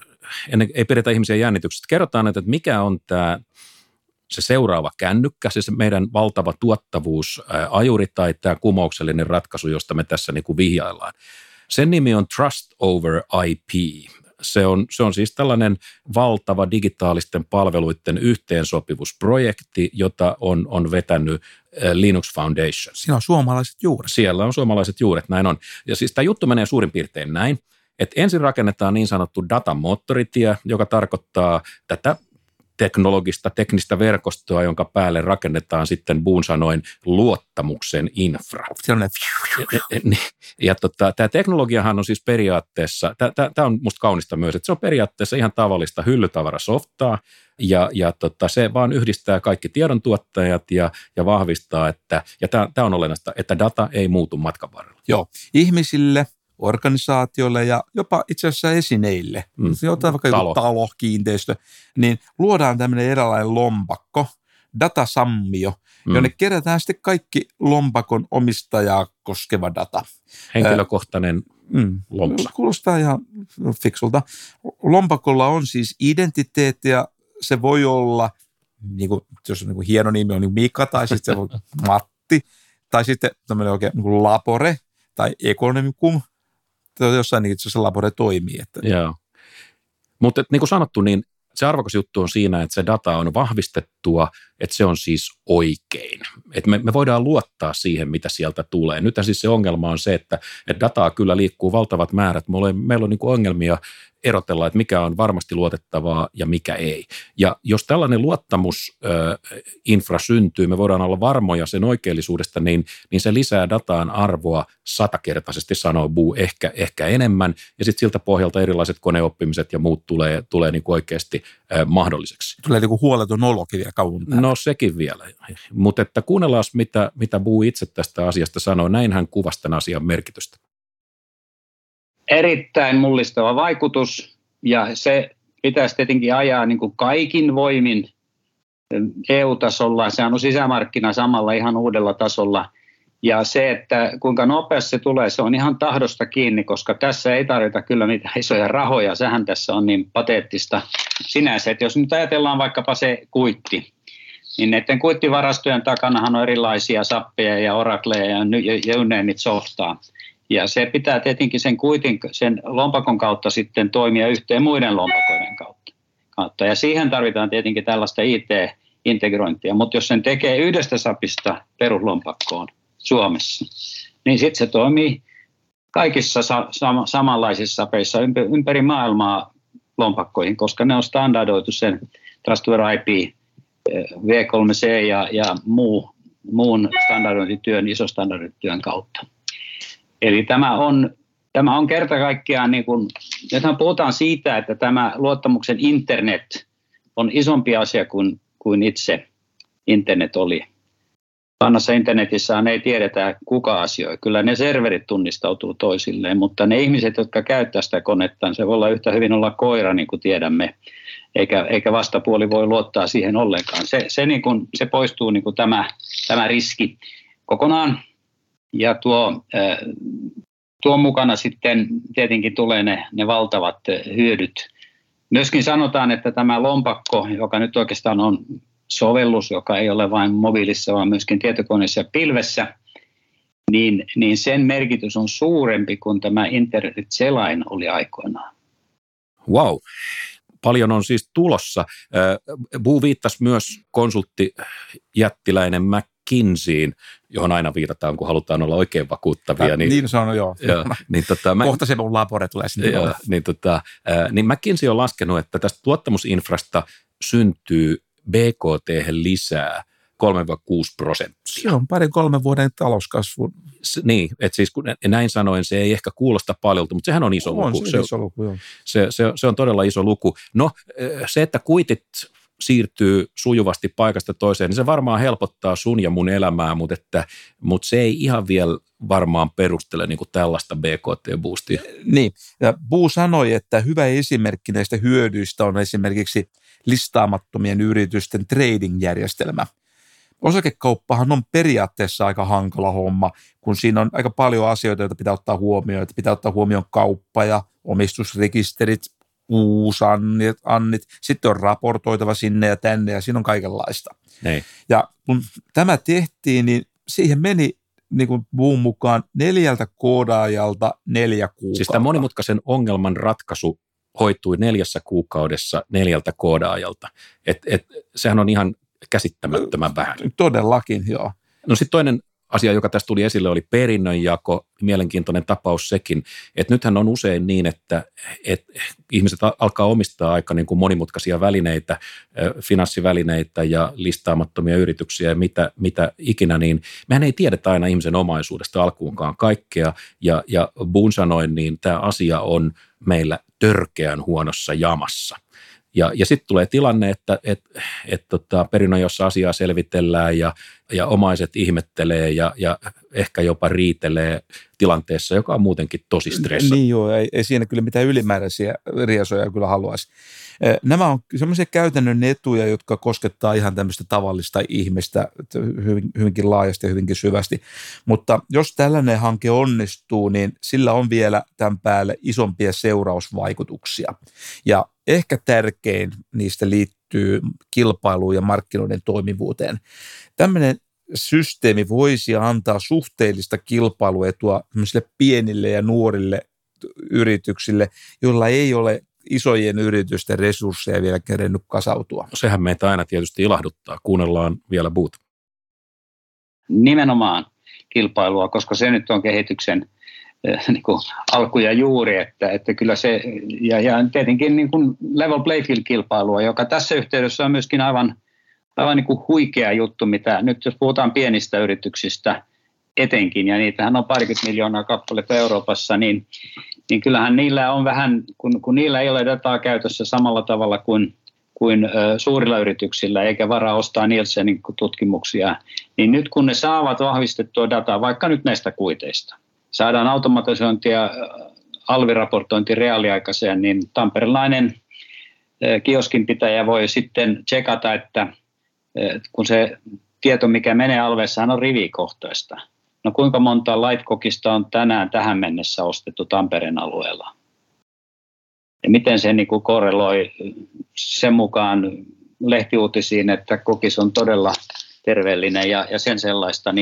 ei pidetä ihmisiä jännityksestä, kerrotaan, että mikä on tämä se seuraava kännykkä, siis meidän valtava tuottavuusajuri tai tämä kumouksellinen ratkaisu, josta me tässä niin kuin vihjaillaan. Sen nimi on Trust over IP. Se on siis tällainen valtava digitaalisten palveluiden yhteensopivuusprojekti, jota on vetänyt Linux Foundation. Siinä on suomalaiset juuret. Siellä on suomalaiset juuret, näin on. Ja siis tämä juttu menee suurin piirtein näin, että ensin rakennetaan niin sanottu datamoottoritie, joka tarkoittaa tätä teknistä verkostoa, jonka päälle rakennetaan sitten Boon sanoin luottamuksen infra. Ja tämä teknologiahan on siis periaatteessa, tämä on musta kaunista myös, että se on periaatteessa ihan tavallista hyllytavarasoftaa, ja se vaan yhdistää kaikki tiedontuottajat ja vahvistaa, ja tämä on olennaista, että data ei muutu matkan varrella. Joo, ihmisille, organisaatioille ja jopa itse asiassa esineille, jotain vaikka joku talo, kiinteistö, niin luodaan tämmöinen eräänlainen lompakko, datasammio, jonne kerätään sitten kaikki lompakon omistajaa koskeva data. Henkilökohtainen lompakko. Kuulostaa ihan fiksulta. Lompakolla on siis identiteetti ja se voi olla, niin kuin, jos on niin kuin hieno nimi on niin Mika tai sitten se voi Matti tai sitten tämmöinen oikein niin kuin Labore tai Economicum. Jossain niin se labore toimii. Joo. Mutta niin kuin sanottu, niin se arvokas juttu on siinä, että se data on vahvistettua, että se on siis oikein. Että me voidaan luottaa siihen, mitä sieltä tulee. Nyt siis se ongelma on se, että dataa kyllä liikkuu valtavat määrät. Meillä on niin kuin ongelmia erotella, että mikä on varmasti luotettavaa ja mikä ei. Ja jos tällainen luottamusinfra syntyy, me voidaan olla varmoja sen oikeellisuudesta, niin se lisää dataan arvoa 100-kertaisesti, sanoo Boo, ehkä enemmän. Ja sitten siltä pohjalta erilaiset koneoppimiset ja muut tulee niin kuin oikeasti mahdolliseksi. Tulee niin kuin huoleton olokin vielä kauan. No sekin vielä. Mutta että kuunnellaan, mitä Boo itse tästä asiasta sanoo. Näin hän kuvasi tämän asian merkitystä. Erittäin mullistava vaikutus ja se pitäisi tietenkin ajaa niin kuin kaikin voimin EU-tasolla. Se on sisämarkkina samalla ihan uudella tasolla. Ja se, että kuinka nopeasti se tulee, se on ihan tahdosta kiinni, koska tässä ei tarvita kyllä mitään isoja rahoja. Sehän tässä on niin pateettista sinänsä, että jos nyt ajatellaan vaikkapa se kuitti, niin näiden kuittivarastojen takanahan on erilaisia sappeja ja oracleja ja you name it softaa. Ja se pitää tietenkin sen lompakon kautta sitten toimia yhteen muiden lompakoiden kautta. Ja siihen tarvitaan tietenkin tällaista IT-integrointia. Mutta jos sen tekee yhdestä sapista peruslompakkoon Suomessa, niin sitten se toimii kaikissa samanlaisissa sapeissa ympäri maailmaa lompakkoihin, koska ne on standardoitu sen Trust over IP V3C ja muun standardointityön, isostandardointityön kautta. Eli tämä on kerta kaikkiaan, niin kuin, nythän puhutaan siitä, että tämä luottamuksen internet on isompi asia kuin itse internet oli. Vanhassa internetissä ei tiedetä, kuka asioi. Kyllä ne serverit tunnistautuu toisilleen, mutta ne ihmiset, jotka käyttää sitä konetta, se voi olla yhtä hyvin olla koira, niin kuin tiedämme, eikä vastapuoli voi luottaa siihen ollenkaan. Se poistuu niin kuin tämä riski kokonaan, ja tuo mukana sitten tietenkin tulee ne valtavat hyödyt. Myöskin sanotaan, että tämä lompakko, joka nyt oikeastaan on sovellus, joka ei ole vain mobiilissa, vaan myöskin tietokoneessa ja pilvessä, niin sen merkitys on suurempi kuin tämä internet-selain oli aikoinaan. Wow. Paljon on siis tulossa. Boo viittasi myös konsulttijättiläinen McKinseyin, johon aina viitataan, kun halutaan olla oikein vakuuttavia. Niin se on, joo. Kohta se mun labore tulee sinne. Niin McKinsey on laskenut, että tästä luottamusinfrasta syntyy BKT lisää 3-6%. Se on 2-3 vuoden talouskasvu. Niin, että siis kun näin sanoen se ei ehkä kuulosta paljolta, mutta sehän on iso luku. Se on iso luku, joo. Se on todella iso luku. No se, että kuitit siirtyy sujuvasti paikasta toiseen, niin se varmaan helpottaa sun ja mun elämää, mutta se ei ihan vielä varmaan perustele niin kuin tällaista BKT-boostia. Niin, ja Boo sanoi, että hyvä esimerkki näistä hyödyistä on esimerkiksi listaamattomien yritysten trading-järjestelmä. Osakekauppahan on periaatteessa aika hankala homma, kun siinä on aika paljon asioita, joita pitää ottaa huomioon. Että pitää ottaa huomioon kauppa ja omistusrekisterit, uusannit, sitten on raportoitava sinne ja tänne ja siinä on kaikenlaista. Ei. Ja kun tämä tehtiin, niin siihen meni niin kuin Boon mukaan 4 koodaajalta 4 kuukautta. Siis tämä monimutkaisen ongelman ratkaisu hoitui 4 kuukaudessa 4 koodaajalta. Sehän on ihan käsittämättömän vähän. Todellakin, joo. No sitten toinen asia, joka tässä tuli esille, oli perinnönjako. Mielenkiintoinen tapaus sekin, että nythän on usein niin, että ihmiset alkaa omistaa aika niin kuin monimutkaisia välineitä, finanssivälineitä ja listaamattomia yrityksiä ja mitä ikinä, niin mehän ei tiedetä aina ihmisen omaisuudesta alkuunkaan kaikkea. Ja Boon sanoin, niin tämä asia on meillä törkeän huonossa jamassa. Ja sitten tulee tilanne, että perinnönjaossa asiaa selvitellään ja omaiset ihmettelee ja ehkä jopa riitelee tilanteessa, joka on muutenkin tosi stressaava. Niin joo, ei siinä kyllä mitään ylimääräisiä riesoja kyllä haluaisi. Nämä on sellaisia käytännön etuja, jotka koskettaa ihan tämmöistä tavallista ihmistä hyvinkin laajasti ja hyvinkin syvästi. Mutta jos tällainen hanke onnistuu, niin sillä on vielä tämän päälle isompia seurausvaikutuksia. Ja ehkä tärkein niistä liittyy kilpailuun ja markkinoiden toimivuuteen. Tämmöinen systeemi voisi antaa suhteellista kilpailuetua pienille ja nuorille yrityksille, joilla ei ole isojen yritysten resursseja vielä kerennyt kasautua. Sehän meitä aina tietysti ilahduttaa. Kuunnellaan vielä Boot. Nimenomaan kilpailua, koska se nyt on kehityksen niin kuin alku ja juuri, että kyllä se, ja tietenkin niin kuin level playfield-kilpailua, joka tässä yhteydessä on myöskin aivan niin kuin huikea juttu, mitä nyt jos puhutaan pienistä yrityksistä etenkin, ja niitähän on 20 miljoonaa kappaletta Euroopassa, niin kyllähän niillä on vähän, kun niillä ei ole dataa käytössä samalla tavalla kuin suurilla yrityksillä, eikä varaa ostaa Nielsenin tutkimuksia, niin nyt kun ne saavat vahvistettua dataa, vaikka nyt näistä kuiteista, saadaan automatisointia, alviraportointi reaaliaikaiseen, niin tamperelainen kioskinpitäjä voi sitten tsekata, että kun se tieto, mikä menee alveessahan on rivikohtaista. No kuinka monta Lightcockista on tänään tähän mennessä ostettu Tampereen alueella? Ja miten se niin kuin korreloi sen mukaan lehtiuutisiin, että kokis on todella terveellinen ja sen sellaista,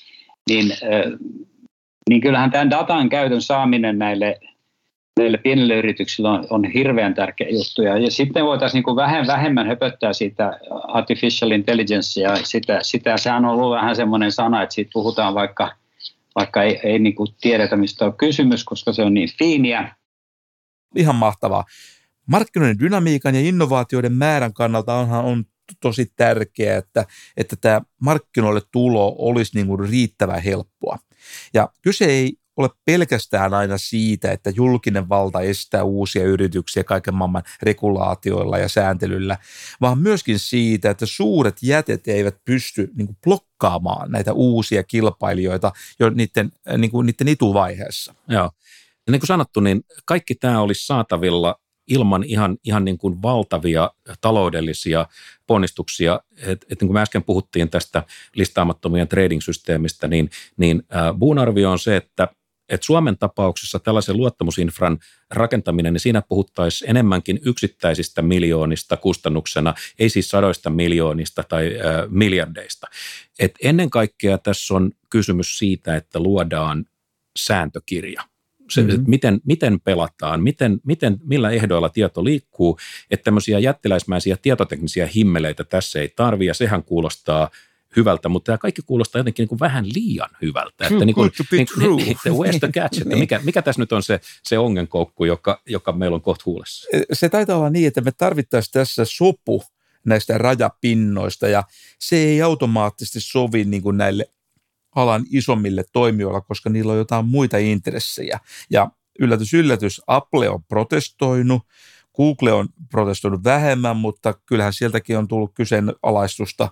niin kyllähän tämän datan käytön saaminen näille pienille yrityksille on hirveän tärkeä juttu. Ja sitten voitaisiin niin vähemmän höpöttää siitä artificial intelligencea. Sehän on ollut vähän semmoinen sana, että siitä puhutaan vaikka ei niin kuin tiedetä, mistä on kysymys, koska se on niin fiiniä. Ihan mahtavaa. Markkinoiden dynamiikan ja innovaatioiden määrän kannalta on tosi tärkeää, että tämä markkinoille tulo olisi niin kuin riittävän helppoa. Ja kyse ei ole pelkästään aina siitä, että julkinen valta estää uusia yrityksiä kaiken maailman regulaatioilla ja sääntelyllä, vaan myöskin siitä, että suuret jätet eivät pysty niin kuin blokkaamaan näitä uusia kilpailijoita jo niiden ituvaiheessa. Joo. Ja niin kuin sanottu, niin kaikki tämä olisi saatavilla ilman ihan niin kuin valtavia taloudellisia ponnistuksia. Niin kuin me äsken puhuttiin tästä listaamattomien trading-systeemistä, niin Buun arvio on se, että Suomen tapauksessa tällaisen luottamusinfran rakentaminen, niin siinä puhuttaisiin enemmänkin yksittäisistä miljoonista kustannuksena, ei siis sadoista miljoonista tai miljardeista. Et ennen kaikkea tässä on kysymys siitä, että luodaan sääntökirja. Se, miten pelataan, millä ehdoilla tieto liikkuu, että tämmöisiä jättiläismäisiä tietoteknisiä himmeleitä tässä ei tarvitse, ja sehän kuulostaa hyvältä, mutta tämä kaikki kuulostaa jotenkin niin kuin vähän liian hyvältä. Että where's the catch? Että mikä tässä nyt on se ongenkoukku, joka meillä on kohta huulessa? Se taitaa olla niin, että me tarvittaisiin tässä sopu näistä rajapinnoista, ja se ei automaattisesti sovi niin kuin näille alan isommille toimijoilla, koska niillä on jotain muita intressejä. Ja yllätys, Apple on protestoinut, Google on protestoinut vähemmän, mutta kyllähän sieltäkin on tullut kyseenalaistusta.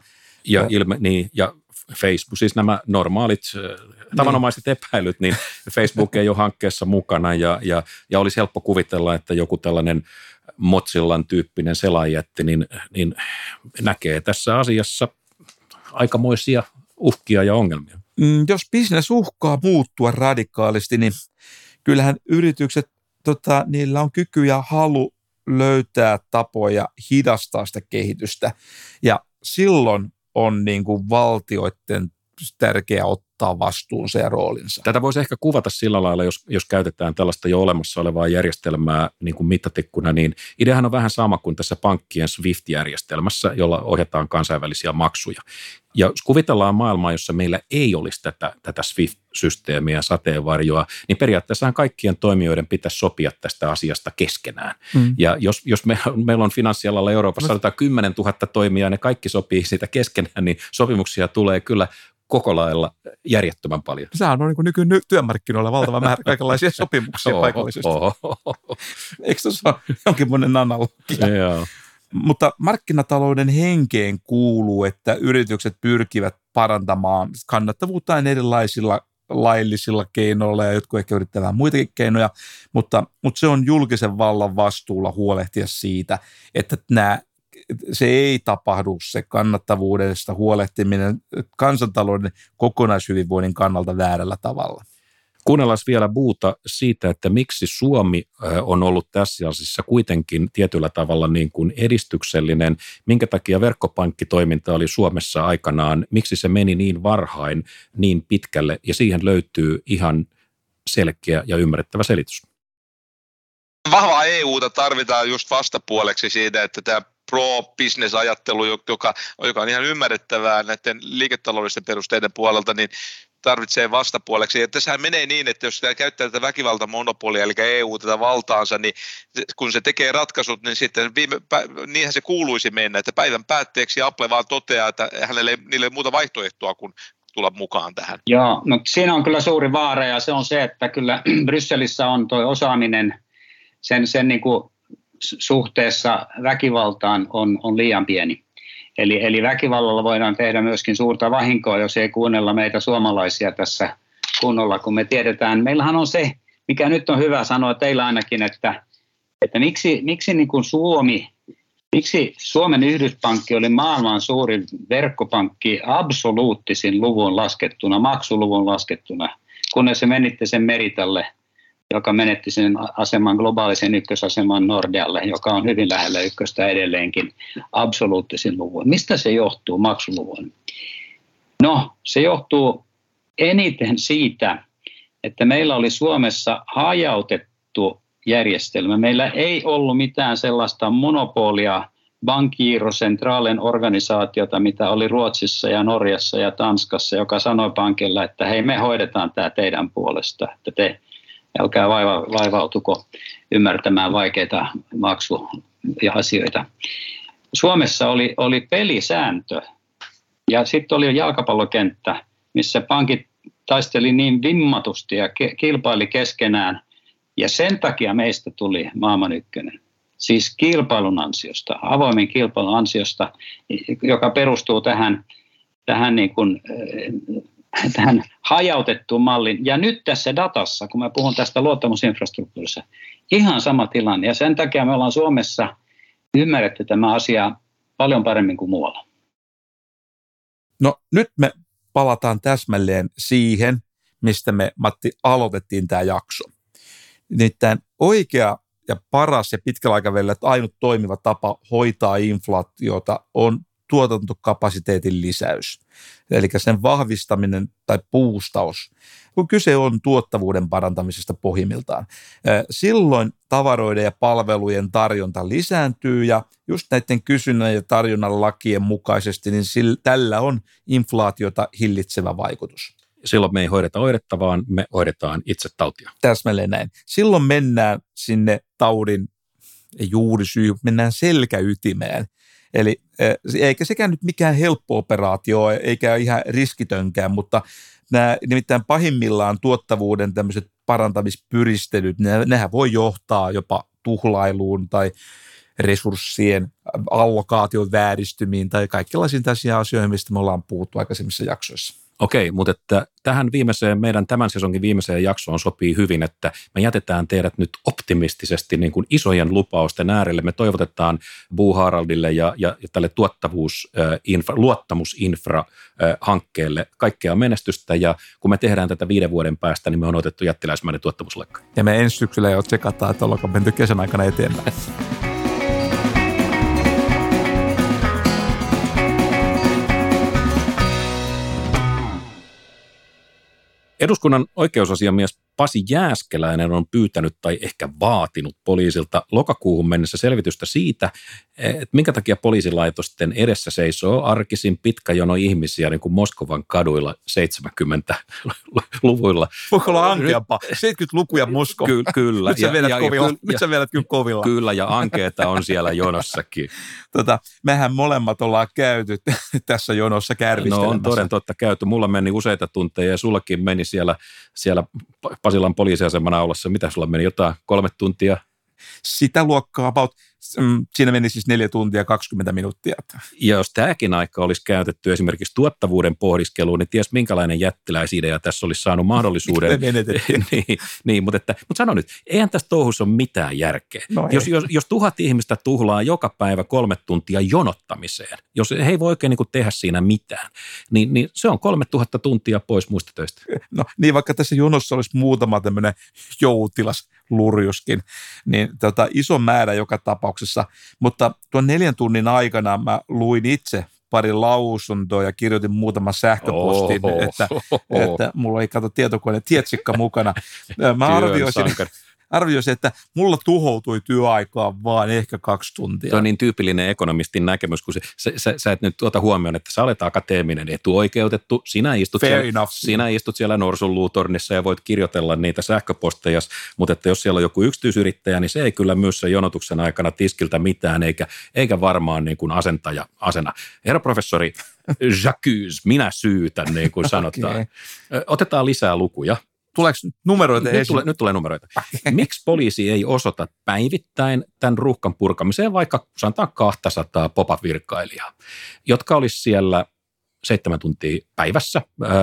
Ja Facebook, siis nämä normaalit, tavanomaiset epäilyt, niin Facebook ei ole hankkeessa mukana ja olisi helppo kuvitella, että joku tällainen Mozillan tyyppinen selaajätti niin näkee tässä asiassa aikamoisia uhkia ja ongelmia. Jos business uhkaa muuttua radikaalisti, niin kyllähän yritykset, niillä on kyky ja halu löytää tapoja hidastaa sitä kehitystä. Ja silloin on niin kuin valtioiden tärkeää ottaa vastuunsa ja roolinsa. Tätä voisi ehkä kuvata sillä lailla, jos käytetään tällaista jo olemassa olevaa järjestelmää niin kuin mittatikkuna, niin ideahan on vähän sama kuin tässä pankkien SWIFT-järjestelmässä, jolla ohjataan kansainvälisiä maksuja. Ja jos kuvitellaan maailmaa, jossa meillä ei olisi tätä SWIFT-systeemiä, sateenvarjoa, niin periaatteessahan kaikkien toimijoiden pitäisi sopia tästä asiasta keskenään. Ja jos meillä on finanssialalla Euroopassa 10 000 toimijaa, ne kaikki sopii siitä keskenään, niin sopimuksia tulee kyllä koko lailla järjettömän paljon. Sehän on niin nykyään työmarkkinoilla valtava määrä kaikenlaisia sopimuksia paikallisesti. Eikö tuossa ole jonkinlainen analogia? Joo. Mutta markkinatalouden henkeen kuuluu, että yritykset pyrkivät parantamaan kannattavuuttaan erilaisilla laillisilla keinoilla ja jotkut ehkä yrittävät muitakin keinoja, mutta se on julkisen vallan vastuulla huolehtia siitä, että se ei tapahdu se kannattavuudesta huolehtiminen kansantalouden kokonaishyvinvoinnin kannalta väärällä tavalla. Kuunnellaan vielä Buuta siitä, että miksi Suomi on ollut tässä asiassa kuitenkin tietyllä tavalla niin kuin edistyksellinen, minkä takia verkkopankkitoiminta oli Suomessa aikanaan, miksi se meni niin varhain, niin pitkälle, ja siihen löytyy ihan selkeä ja ymmärrettävä selitys. Vahvaa EUta tarvitaan just vastapuoleksi siitä, että tämä pro-business-ajattelu, joka on ihan ymmärrettävää näiden liiketaloudellisten perusteiden puolelta, niin tarvitsee vastapuoleksi. Ja tässähän menee niin, että jos sitä käyttää tätä väkivaltamonopolia, eli EU tätä valtaansa, niin kun se tekee ratkaisut, niin sitten niinhän se kuuluisi mennä, että päivän päätteeksi Apple vaan toteaa, että niille ei muuta vaihtoehtoa kuin tulla mukaan tähän. Joo, no siinä on kyllä suuri vaara, ja se on se, että kyllä Brysselissä on tuo osaaminen sen niin kuin suhteessa väkivaltaan on liian pieni. Eli väkivallalla voidaan tehdä myöskin suurta vahinkoa, jos ei kuunnella meitä suomalaisia tässä kunnolla, kun me tiedetään. Meillähän on se, mikä nyt on hyvä sanoa teillä ainakin, että miksi niin kuin miksi Suomen Yhdyspankki oli maailman suurin verkkopankki absoluuttisin luvun laskettuna, maksuluvun laskettuna, kunnes se menitte sen Meritalle, joka menetti sen aseman, globaalisen ykkösaseman Nordealle, joka on hyvin lähellä ykköstä edelleenkin absoluuttisin luvun. Mistä se johtuu, maksuluvun? No, se johtuu eniten siitä, että meillä oli Suomessa hajautettu järjestelmä. Meillä ei ollut mitään sellaista monopolia, Bankgiro Centralen organisaatiota, mitä oli Ruotsissa ja Norjassa ja Tanskassa, joka sanoi pankilla, että hei, me hoidetaan tämä teidän puolesta, että te älkää vaivautuko ymmärtämään vaikeita maksuja asioita. Suomessa oli pelisääntö ja sitten oli jalkapallokenttä, missä pankit taisteli niin vimmatusti ja kilpaili keskenään. Ja sen takia meistä tuli maailman ykkönen. Siis kilpailun ansiosta, avoimen kilpailun ansiosta, joka perustuu tähän hajautettuun malliin. Ja nyt tässä datassa, kun mä puhun tästä luottamusinfrastruktuurissa, ihan sama tilanne. Ja sen takia me ollaan Suomessa ymmärretty tämä asia paljon paremmin kuin muualla. No nyt me palataan täsmälleen siihen, mistä me, Matti, aloitettiin tämä jakso. Nimittäin oikea ja paras ja pitkällä aikavälillä ainut toimiva tapa hoitaa inflaatiota on tuotantokapasiteetin lisäys. Eli sen vahvistaminen tai boostaus, kun kyse on tuottavuuden parantamisesta pohjimmiltaan. Silloin tavaroiden ja palvelujen tarjonta lisääntyy ja just näiden kysynnän ja tarjonnan lakien mukaisesti, niin tällä on inflaatiota hillitsevä vaikutus. Silloin me ei hoideta oiretta, vaan me hoidetaan itse tautia. Täsmälleen näin. Silloin mennään sinne taudin juurisyy, mennään selkäytimeen. Eli eikä sekään nyt mikään helppo operaatio, eikä ihan riskitönkään, mutta nämä nimittäin pahimmillaan tuottavuuden tämmöiset parantamispyristelyt, nehän voi johtaa jopa tuhlailuun tai resurssien allokaation vääristymiin tai kaikenlaisiin tällaisiin asioihin, mistä me ollaan puhuttu aikaisemmissa jaksoissa. Okei, mutta että tähän meidän tämän sesonkin viimeiseen jaksoon sopii hyvin, että me jätetään teidät nyt optimistisesti niin kuin isojen lupausten äärelle. Me toivotetaan Boo Haraldille ja tälle luottamusinfra-hankkeelle kaikkea menestystä, ja kun me tehdään tätä 5 vuoden päästä, niin me on otettu jättiläismäinen tuottamusloikka. Ja me ensi syksyllä jo tsekataan, että ollaanko menty kesän aikana eteenpäin. Eduskunnan oikeusasiamies Pasi Jääskeläinen on pyytänyt tai ehkä vaatinut poliisilta lokakuuhun mennessä selvitystä siitä, että minkä takia poliisilaitosten edessä seisoo arkisin pitkä jono ihmisiä niin kuin Moskovan kaduilla 70-luvuilla. Voiko olla ankeampaa? 70-lukuja Moskova. Kyllä. Nyt sä vedät kyllä kovilla. Kyllä, ja ankeeta on siellä jonossakin. Mehän molemmat ollaan käyty tässä jonossa kärvistelemässä. No on toden totta käyty. Mulla meni useita tunteja ja sullakin meni siellä Pasilan poliisiasemana ollessa. Mitä sulla meni? Jotain 3 tuntia? Sitä luokkaa siinä meni siis 4 tuntia 20 minuuttia. Ja jos tämäkin aika olisi käytetty esimerkiksi tuottavuuden pohdiskeluun, niin ties minkälainen jättiläisidea tässä olisi saanut mahdollisuuden. Mutta sano nyt, eihän tässä touhussa ole mitään järkeä. No jos 1000 ihmistä tuhlaa joka päivä 3 tuntia jonottamiseen, jos he ei voi oikein niin kuin tehdä siinä mitään, niin se on 3000 tuntia pois muista töistä. No niin, vaikka tässä jonossa olisi muutama tämmöinen joutilas lurjuskin, niin iso määrä joka tapauksessa, mutta tuon 4 tunnin aikana mä luin itse pari lausuntoa ja kirjoitin muutaman sähköpostin, että mulla ei tietokone tietsikka mukana. Mä arvioisin, että mulla tuhoutui työaikaa vaan ehkä 2 tuntia. Se on niin tyypillinen ekonomistin näkemys, kun sä et nyt tuota huomioon, että sä olet akateeminen etuoikeutettu, sinä istut siellä norsunluutornissa ja voit kirjoitella niitä sähköposteja, mutta että jos siellä on joku yksityisyrittäjä, niin se ei kyllä myy sen jonotuksen aikana tiskiltä mitään, eikä varmaan niin kuin asentaja asena. Herra professori J'accuse, minä syytän, niin kuin sanotaan. Okay. Otetaan lisää lukuja. Tuleeko numeroita esiin? Nyt tulee numeroita. Miksi poliisi ei osoita päivittäin tämän ruuhkan purkamiseen vaikka sanotaan 200 pop-up-virkailijaa, jotka olisi siellä 7 tuntia päivässä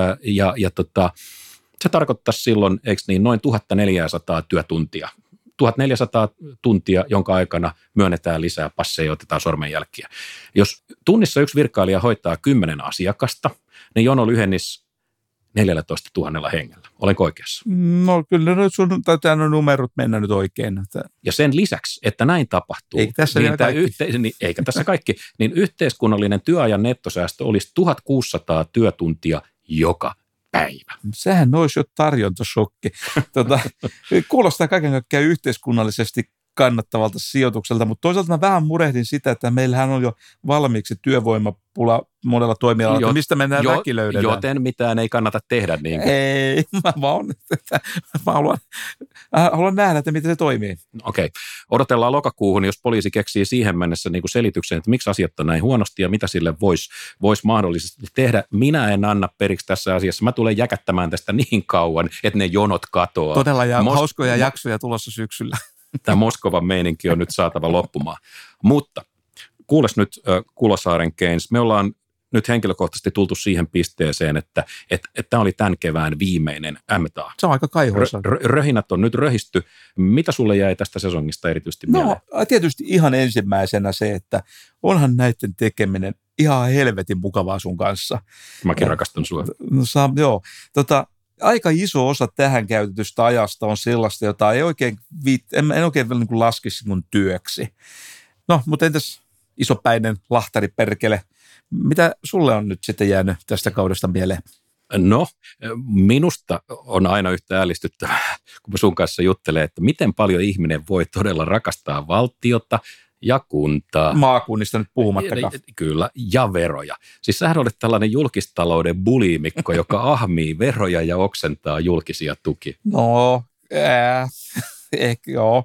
se tarkoittaisi silloin, eikö niin, noin 1400 työtuntia. 1400 tuntia, jonka aikana myönnetään lisää passeja ja otetaan sormenjälkiä. Jos tunnissa yksi virkailija hoitaa 10 asiakasta, niin jono lyhennisi 14 000 hengellä. Olenko oikeassa? No kyllä nyt sun taitaa numerot mennä nyt oikein. Ja sen lisäksi, että näin tapahtuu, eikä tässä, eikä tässä kaikki, niin yhteiskunnallinen työajan nettosäästö olisi 1600 työtuntia joka päivä. Sehän olisi jo tarjontasokki. Kuulostaa kaiken kaikkiaan yhteiskunnallisesti kannattavalta sijoitukselta, mutta toisaalta mä vähän murehdin sitä, että meillähän on jo valmiiksi työvoimapula monella toimialalla, että mistä mennään väki löydetään. Joten mitään ei kannata tehdä niin. Ei, mä haluan nähdä, että miten se toimii. Okei. Odotellaan lokakuuhun, jos poliisi keksii siihen mennessä niin kuin selityksen, että miksi asiat on näin huonosti ja mitä sille voisi mahdollisesti tehdä. Minä en anna periksi tässä asiassa. Mä tulen jäkättämään tästä niin kauan, että ne jonot katoaa. Todella hauskoja jaksoja tulossa syksyllä. Tämä Moskovan meininki on nyt saatava loppumaan. Mutta kuules nyt Kulosaaren Keynes, me ollaan nyt henkilökohtaisesti tultu siihen pisteeseen, että tämä oli tämän kevään viimeinen MTA. Se on aika kaihoisa. Röhinät on nyt röhisty. Mitä sulle jäi tästä sesongista erityisesti mieleen? No tietysti ihan ensimmäisenä se, että onhan näiden tekeminen ihan helvetin mukavaa sun kanssa. Mäkin rakastan sua. No, joo. Aika iso osa tähän käytetystä ajasta on sellaista, jota ei oikein en oikein vielä niin kuin laskisi mun työksi. No, mutta entäs isopäinen lahtariperkele? Mitä sulle on nyt sitten jäänyt tästä kaudesta mieleen? No, minusta on aina yhtä ällistyttävää, kun sun kanssa juttelee, että miten paljon ihminen voi todella rakastaa valtiota ja kuntaa. Maakunnista nyt puhumattakaan. Kyllä, ja veroja. Siis sähän olet tällainen julkistalouden bulimikko, joka ahmii veroja ja oksentaa julkisia tukia. No, ehkä joo.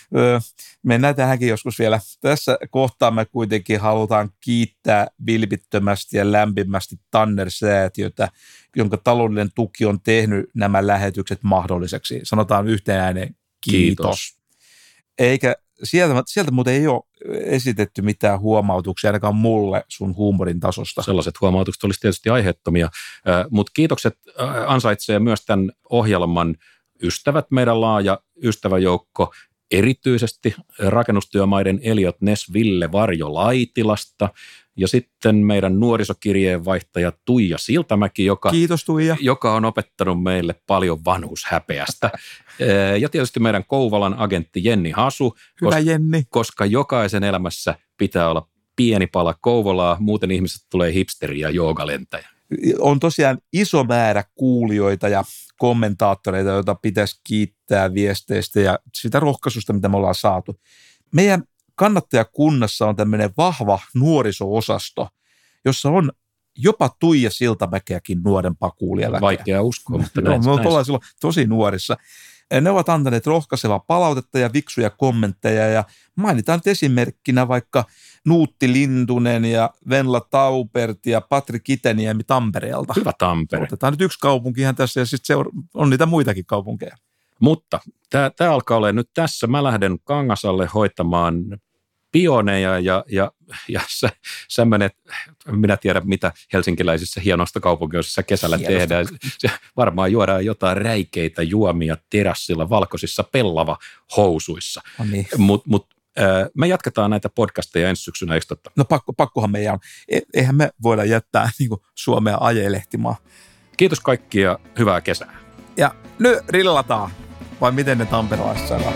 Mennään tähänkin joskus vielä. Tässä kohtaa me kuitenkin halutaan kiittää vilpittömästi ja lämpimästi Tanner-säätiötä, jonka taloudellinen tuki on tehnyt nämä lähetykset mahdolliseksi. Sanotaan yhteen ääneen kiitos. Eikä sieltä muuten ei ole esitetty mitään huomautuksia, ainakaan mulle sun huumorin tasosta. Sellaiset huomautukset olisi tietysti aiheettomia, mutta kiitokset ansaitsee myös tämän ohjelman ystävät, meidän laaja ystäväjoukko, erityisesti rakennustyömaiden Eliot Ness Ville Varjo Laitilasta ja sitten meidän nuorisokirjeenvaihtaja Tuija Siltamäki, Kiitos, Tuija. Joka on opettanut meille paljon vanhushäpeästä. Ja tietysti meidän Kouvolan agentti Jenni Hasu, Hyvä Jenni. Koska jokaisen elämässä pitää olla pieni pala Kouvolaa, muuten ihmiset tulee hipsteriä ja joogalentäjä. On tosiaan iso määrä kuulijoita ja kommentaattoreita, joita pitäisi kiittää viesteistä ja sitä rohkaisusta, mitä me ollaan saatu. Meidän kannattajakunnassa on tämmöinen vahva nuoriso-osasto, jossa on jopa Tuija Siltamäkeäkin nuorempaa kuulijaväkeä. Vaikea uskoa, mutta näin. Me ollaan silloin tosi nuorissa. Ne ovat antaneet rohkaisevaa palautetta ja viksuja kommentteja ja mainitaan nyt esimerkkinä vaikka Nuutti Lintunen ja Venla Taupert ja Patrik Iteniemi Tampereelta. Hyvä Tampere. Otetaan nyt yksi kaupunkihan tässä ja sitten on niitä muitakin kaupunkeja. Mutta tämä alkaa olla nyt tässä. Mä lähden Kangasalle hoitamaan pioneja ja sä menet, minä tiedän mitä helsinkiläisissä hienoista kaupungeissa kesällä tehdään. Varmaan juodaan jotain räikeitä juomia terassilla valkoisissa pellava housuissa. No niin. Mut me jatketaan näitä podcasteja ensi syksynä, eikö totta? No pakkohan meidän on. Eihän me voida jättää niin kuin Suomea ajelehtimaan. Kiitos kaikki ja hyvää kesää. Ja nyt rillataan. Vai miten ne tamperelaiset sanoo?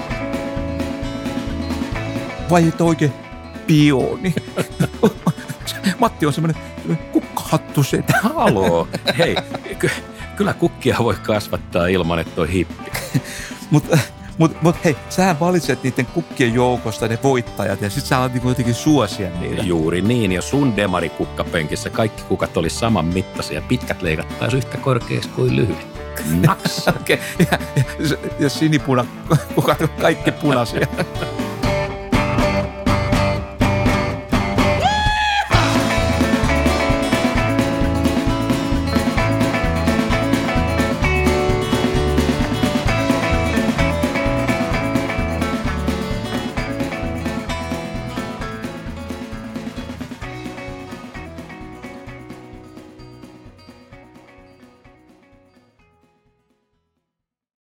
Vai et oikein pioni? Matti on semmoinen kukkahattu setä. Haloo. Hei, kyllä kukkia voi kasvattaa ilman, että on hippi. Mutta hei, sähän valitset niiden kukkien joukosta ne voittajat ja sit sä alat niinku jotenkin suosia niitä. Juuri niin, ja sun demarikukkapenkissä kaikki kukat oli saman mittaisia, pitkät leikattaisiin yhtä korkeaksi kuin lyhyet. Naks. Okay. Ja sinipuna kukat on kaikki punaisia.